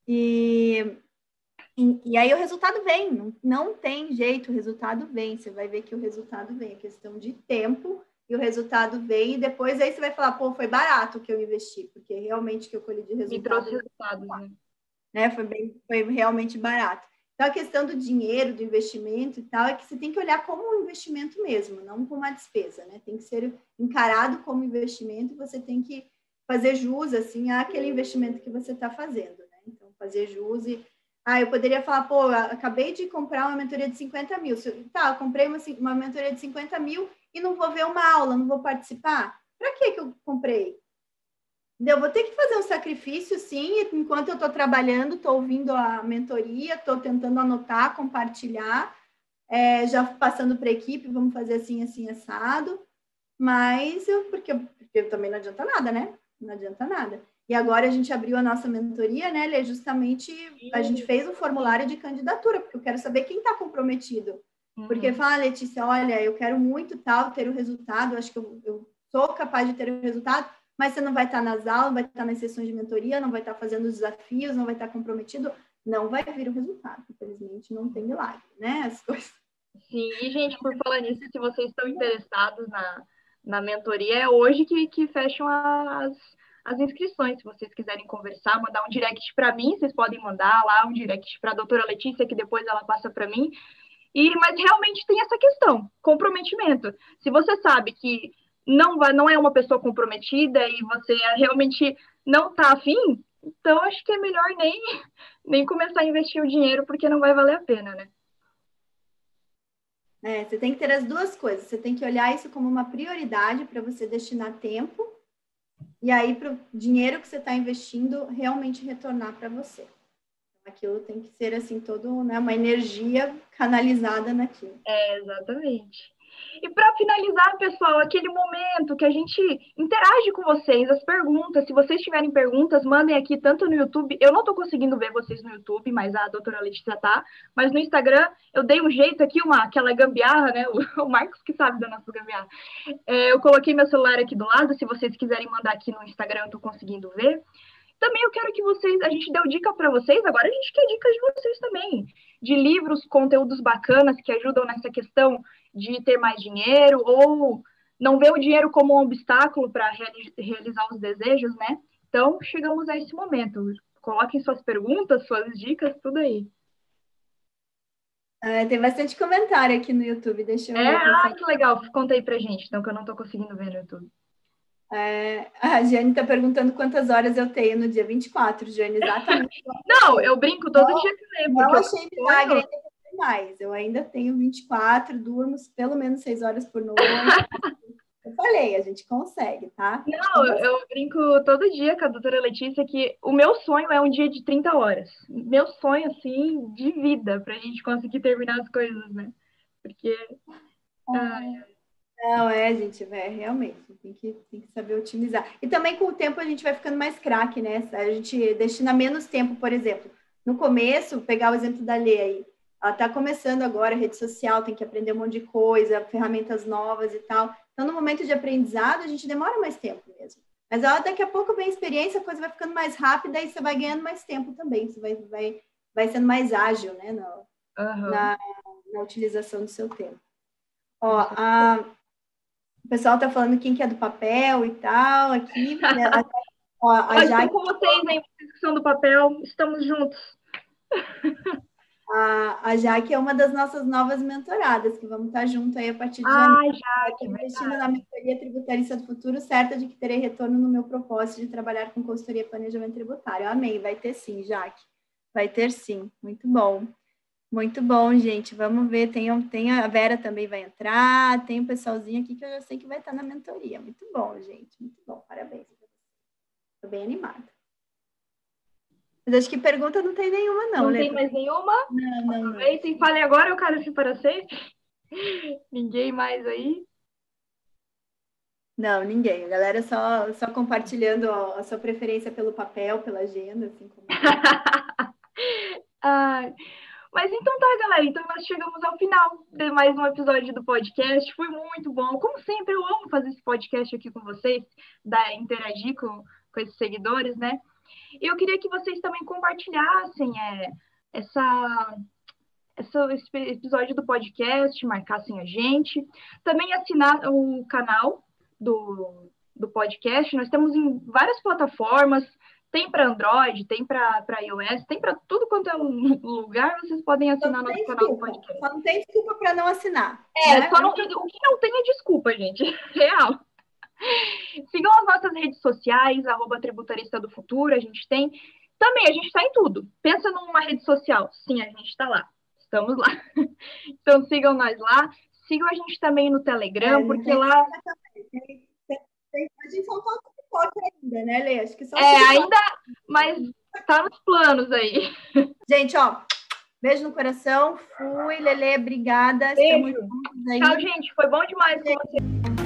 [SPEAKER 1] E aí o resultado vem, não tem jeito, o resultado vem. Você vai ver que o resultado vem, é questão de tempo, e o resultado vem, e depois aí você vai falar, pô, foi barato o que eu investi, porque realmente o que eu colhi de resultado...
[SPEAKER 3] Me trouxe resultados,
[SPEAKER 1] né? Foi realmente barato. Então, a questão do dinheiro, do investimento e tal, é que você tem que olhar como um investimento mesmo, não como uma despesa, né? Tem que ser encarado como investimento e você tem que fazer jus, assim, àquele investimento que você está fazendo, né? Então, fazer jus e... eu poderia falar, pô, acabei de comprar uma mentoria de 50 mil. Tá, eu comprei uma mentoria de 50 mil e não vou ver uma aula, não vou participar. Para que eu comprei? Eu vou ter que fazer um sacrifício, sim, enquanto eu estou trabalhando, estou ouvindo a mentoria, estou tentando anotar, compartilhar, já passando para a equipe, vamos fazer assim, assim, assado, mas porque também não adianta nada, né? Não adianta nada. E agora a gente abriu a nossa mentoria, né, Lê? Justamente a gente fez um formulário de candidatura, porque eu quero saber quem está comprometido. Porque fala, Letícia, olha, eu quero muito ter o resultado, acho que eu sou capaz de ter o resultado, mas você não vai estar nas aulas, não vai estar nas sessões de mentoria, não vai estar fazendo os desafios, não vai estar comprometido, não vai vir o resultado. Infelizmente, não tem milagre, né? As coisas.
[SPEAKER 3] Sim, e, gente, por falar nisso, se vocês estão interessados na mentoria, é hoje que fecham as inscrições. Se vocês quiserem conversar, mandar um direct para mim, vocês podem mandar lá um direct para a doutora Letícia, que depois ela passa para mim. Mas realmente tem essa questão, comprometimento. Se você sabe que não é uma pessoa comprometida e você realmente não está afim, então acho que é melhor nem começar a investir o dinheiro, porque não vai valer a pena, né?
[SPEAKER 1] Você tem que ter as duas coisas. Você tem que olhar isso como uma prioridade para você destinar tempo e aí para o dinheiro que você está investindo realmente retornar para você. Aquilo tem que ser assim todo, né, uma energia canalizada naquilo.
[SPEAKER 3] Exatamente. E para finalizar, pessoal, aquele momento que a gente interage com vocês, as perguntas. Se vocês tiverem perguntas, mandem aqui tanto no YouTube. Eu não estou conseguindo ver vocês no YouTube, mas a doutora Letícia tá. Mas no Instagram, eu dei um jeito aqui, aquela gambiarra, né? O Marcos que sabe da nossa gambiarra. Eu coloquei meu celular aqui do lado. Se vocês quiserem mandar aqui no Instagram, eu estou conseguindo ver. Também eu quero que a gente deu dica para vocês, agora a gente quer dicas de vocês também, de livros, conteúdos bacanas que ajudam nessa questão de ter mais dinheiro, ou não ver o dinheiro como um obstáculo para realizar os desejos, né? Então, chegamos a esse momento. Coloquem suas perguntas, suas dicas, tudo aí.
[SPEAKER 1] Tem bastante comentário aqui no YouTube, deixa eu ver.
[SPEAKER 3] Que legal, conta aí pra gente, então, que eu não estou conseguindo ver no YouTube.
[SPEAKER 1] A Jane está perguntando quantas horas eu tenho no dia 24, Jane, exatamente.
[SPEAKER 3] Não, eu brinco todo dia que lembro.
[SPEAKER 1] Não achei milagre, ainda tenho mais. Eu ainda tenho 24, durmo pelo menos 6 horas por noite. Eu falei, a gente consegue, tá?
[SPEAKER 3] Não, eu brinco todo dia com a doutora Letícia que o meu sonho é um dia de 30 horas. Meu sonho, assim, de vida, pra gente conseguir terminar as coisas, né? Porque...
[SPEAKER 1] Não, gente, realmente, tem que saber otimizar. E também com o tempo a gente vai ficando mais craque, né? A gente destina menos tempo, por exemplo. No começo, pegar o exemplo da Lê aí, ela está começando agora, rede social, tem que aprender um monte de coisa, ferramentas novas e tal. Então, no momento de aprendizado, a gente demora mais tempo mesmo. Mas daqui a pouco vem a experiência, a coisa vai ficando mais rápida e você vai ganhando mais tempo também. Você vai sendo mais ágil, né? Na utilização do seu tempo. O pessoal está falando quem que é do papel e tal, aqui. Né? Ó, a Jaque,
[SPEAKER 3] estou com vocês, hein? Vocês que são do papel, estamos juntos.
[SPEAKER 1] a Jaque é uma das nossas novas mentoradas, que vamos estar junto aí a partir de janeiro.
[SPEAKER 3] Jaque,
[SPEAKER 1] investindo na mentoria tributarista do futuro, certa de que terei retorno no meu propósito de trabalhar com consultoria e planejamento tributário. Amém, vai ter sim, Jaque. Vai ter sim, muito bom. Muito bom, gente. Vamos ver. Tem a Vera também vai entrar, tem o pessoalzinho aqui que eu já sei que vai estar na mentoria. Muito bom, gente. Muito bom. Parabéns. Estou bem animada. Mas acho que pergunta não tem nenhuma, não.
[SPEAKER 3] Não tem mais nenhuma?
[SPEAKER 1] Não.
[SPEAKER 3] Aproveitem, falem agora, eu quero assim para sempre. Ninguém mais aí?
[SPEAKER 1] Não, ninguém. A galera só compartilhando a sua preferência pelo papel, pela agenda, assim como...
[SPEAKER 3] Mas então tá, galera. Então nós chegamos ao final de mais um episódio do podcast. Foi muito bom. Como sempre, eu amo fazer esse podcast aqui com vocês, interagir com esses seguidores, né? E eu queria que vocês também compartilhassem esse episódio do podcast, marcassem a gente. Também assinar o canal do podcast. Nós temos em várias plataformas. Tem para Android, tem para iOS, tem para tudo quanto é lugar, vocês podem assinar nosso canal do podcast.
[SPEAKER 1] Só não tem desculpa para não assinar.
[SPEAKER 3] Né? O que não tem é desculpa, gente. Real. Sigam as nossas redes sociais, @Tributarista do Futuro, a gente tem. Também, a gente está em tudo. Pensa numa rede social. Sim, a gente está lá. Estamos lá. Então, sigam nós lá. Sigam a gente também no Telegram, porque lá...
[SPEAKER 1] A gente só falta pipoca ainda, né, Lê? Acho que só
[SPEAKER 3] ainda, mas tá nos planos aí.
[SPEAKER 1] Gente, ó, beijo no coração. Fui, Lelê, obrigada.
[SPEAKER 3] Beijo. Tchau, gente. Foi bom demais com você.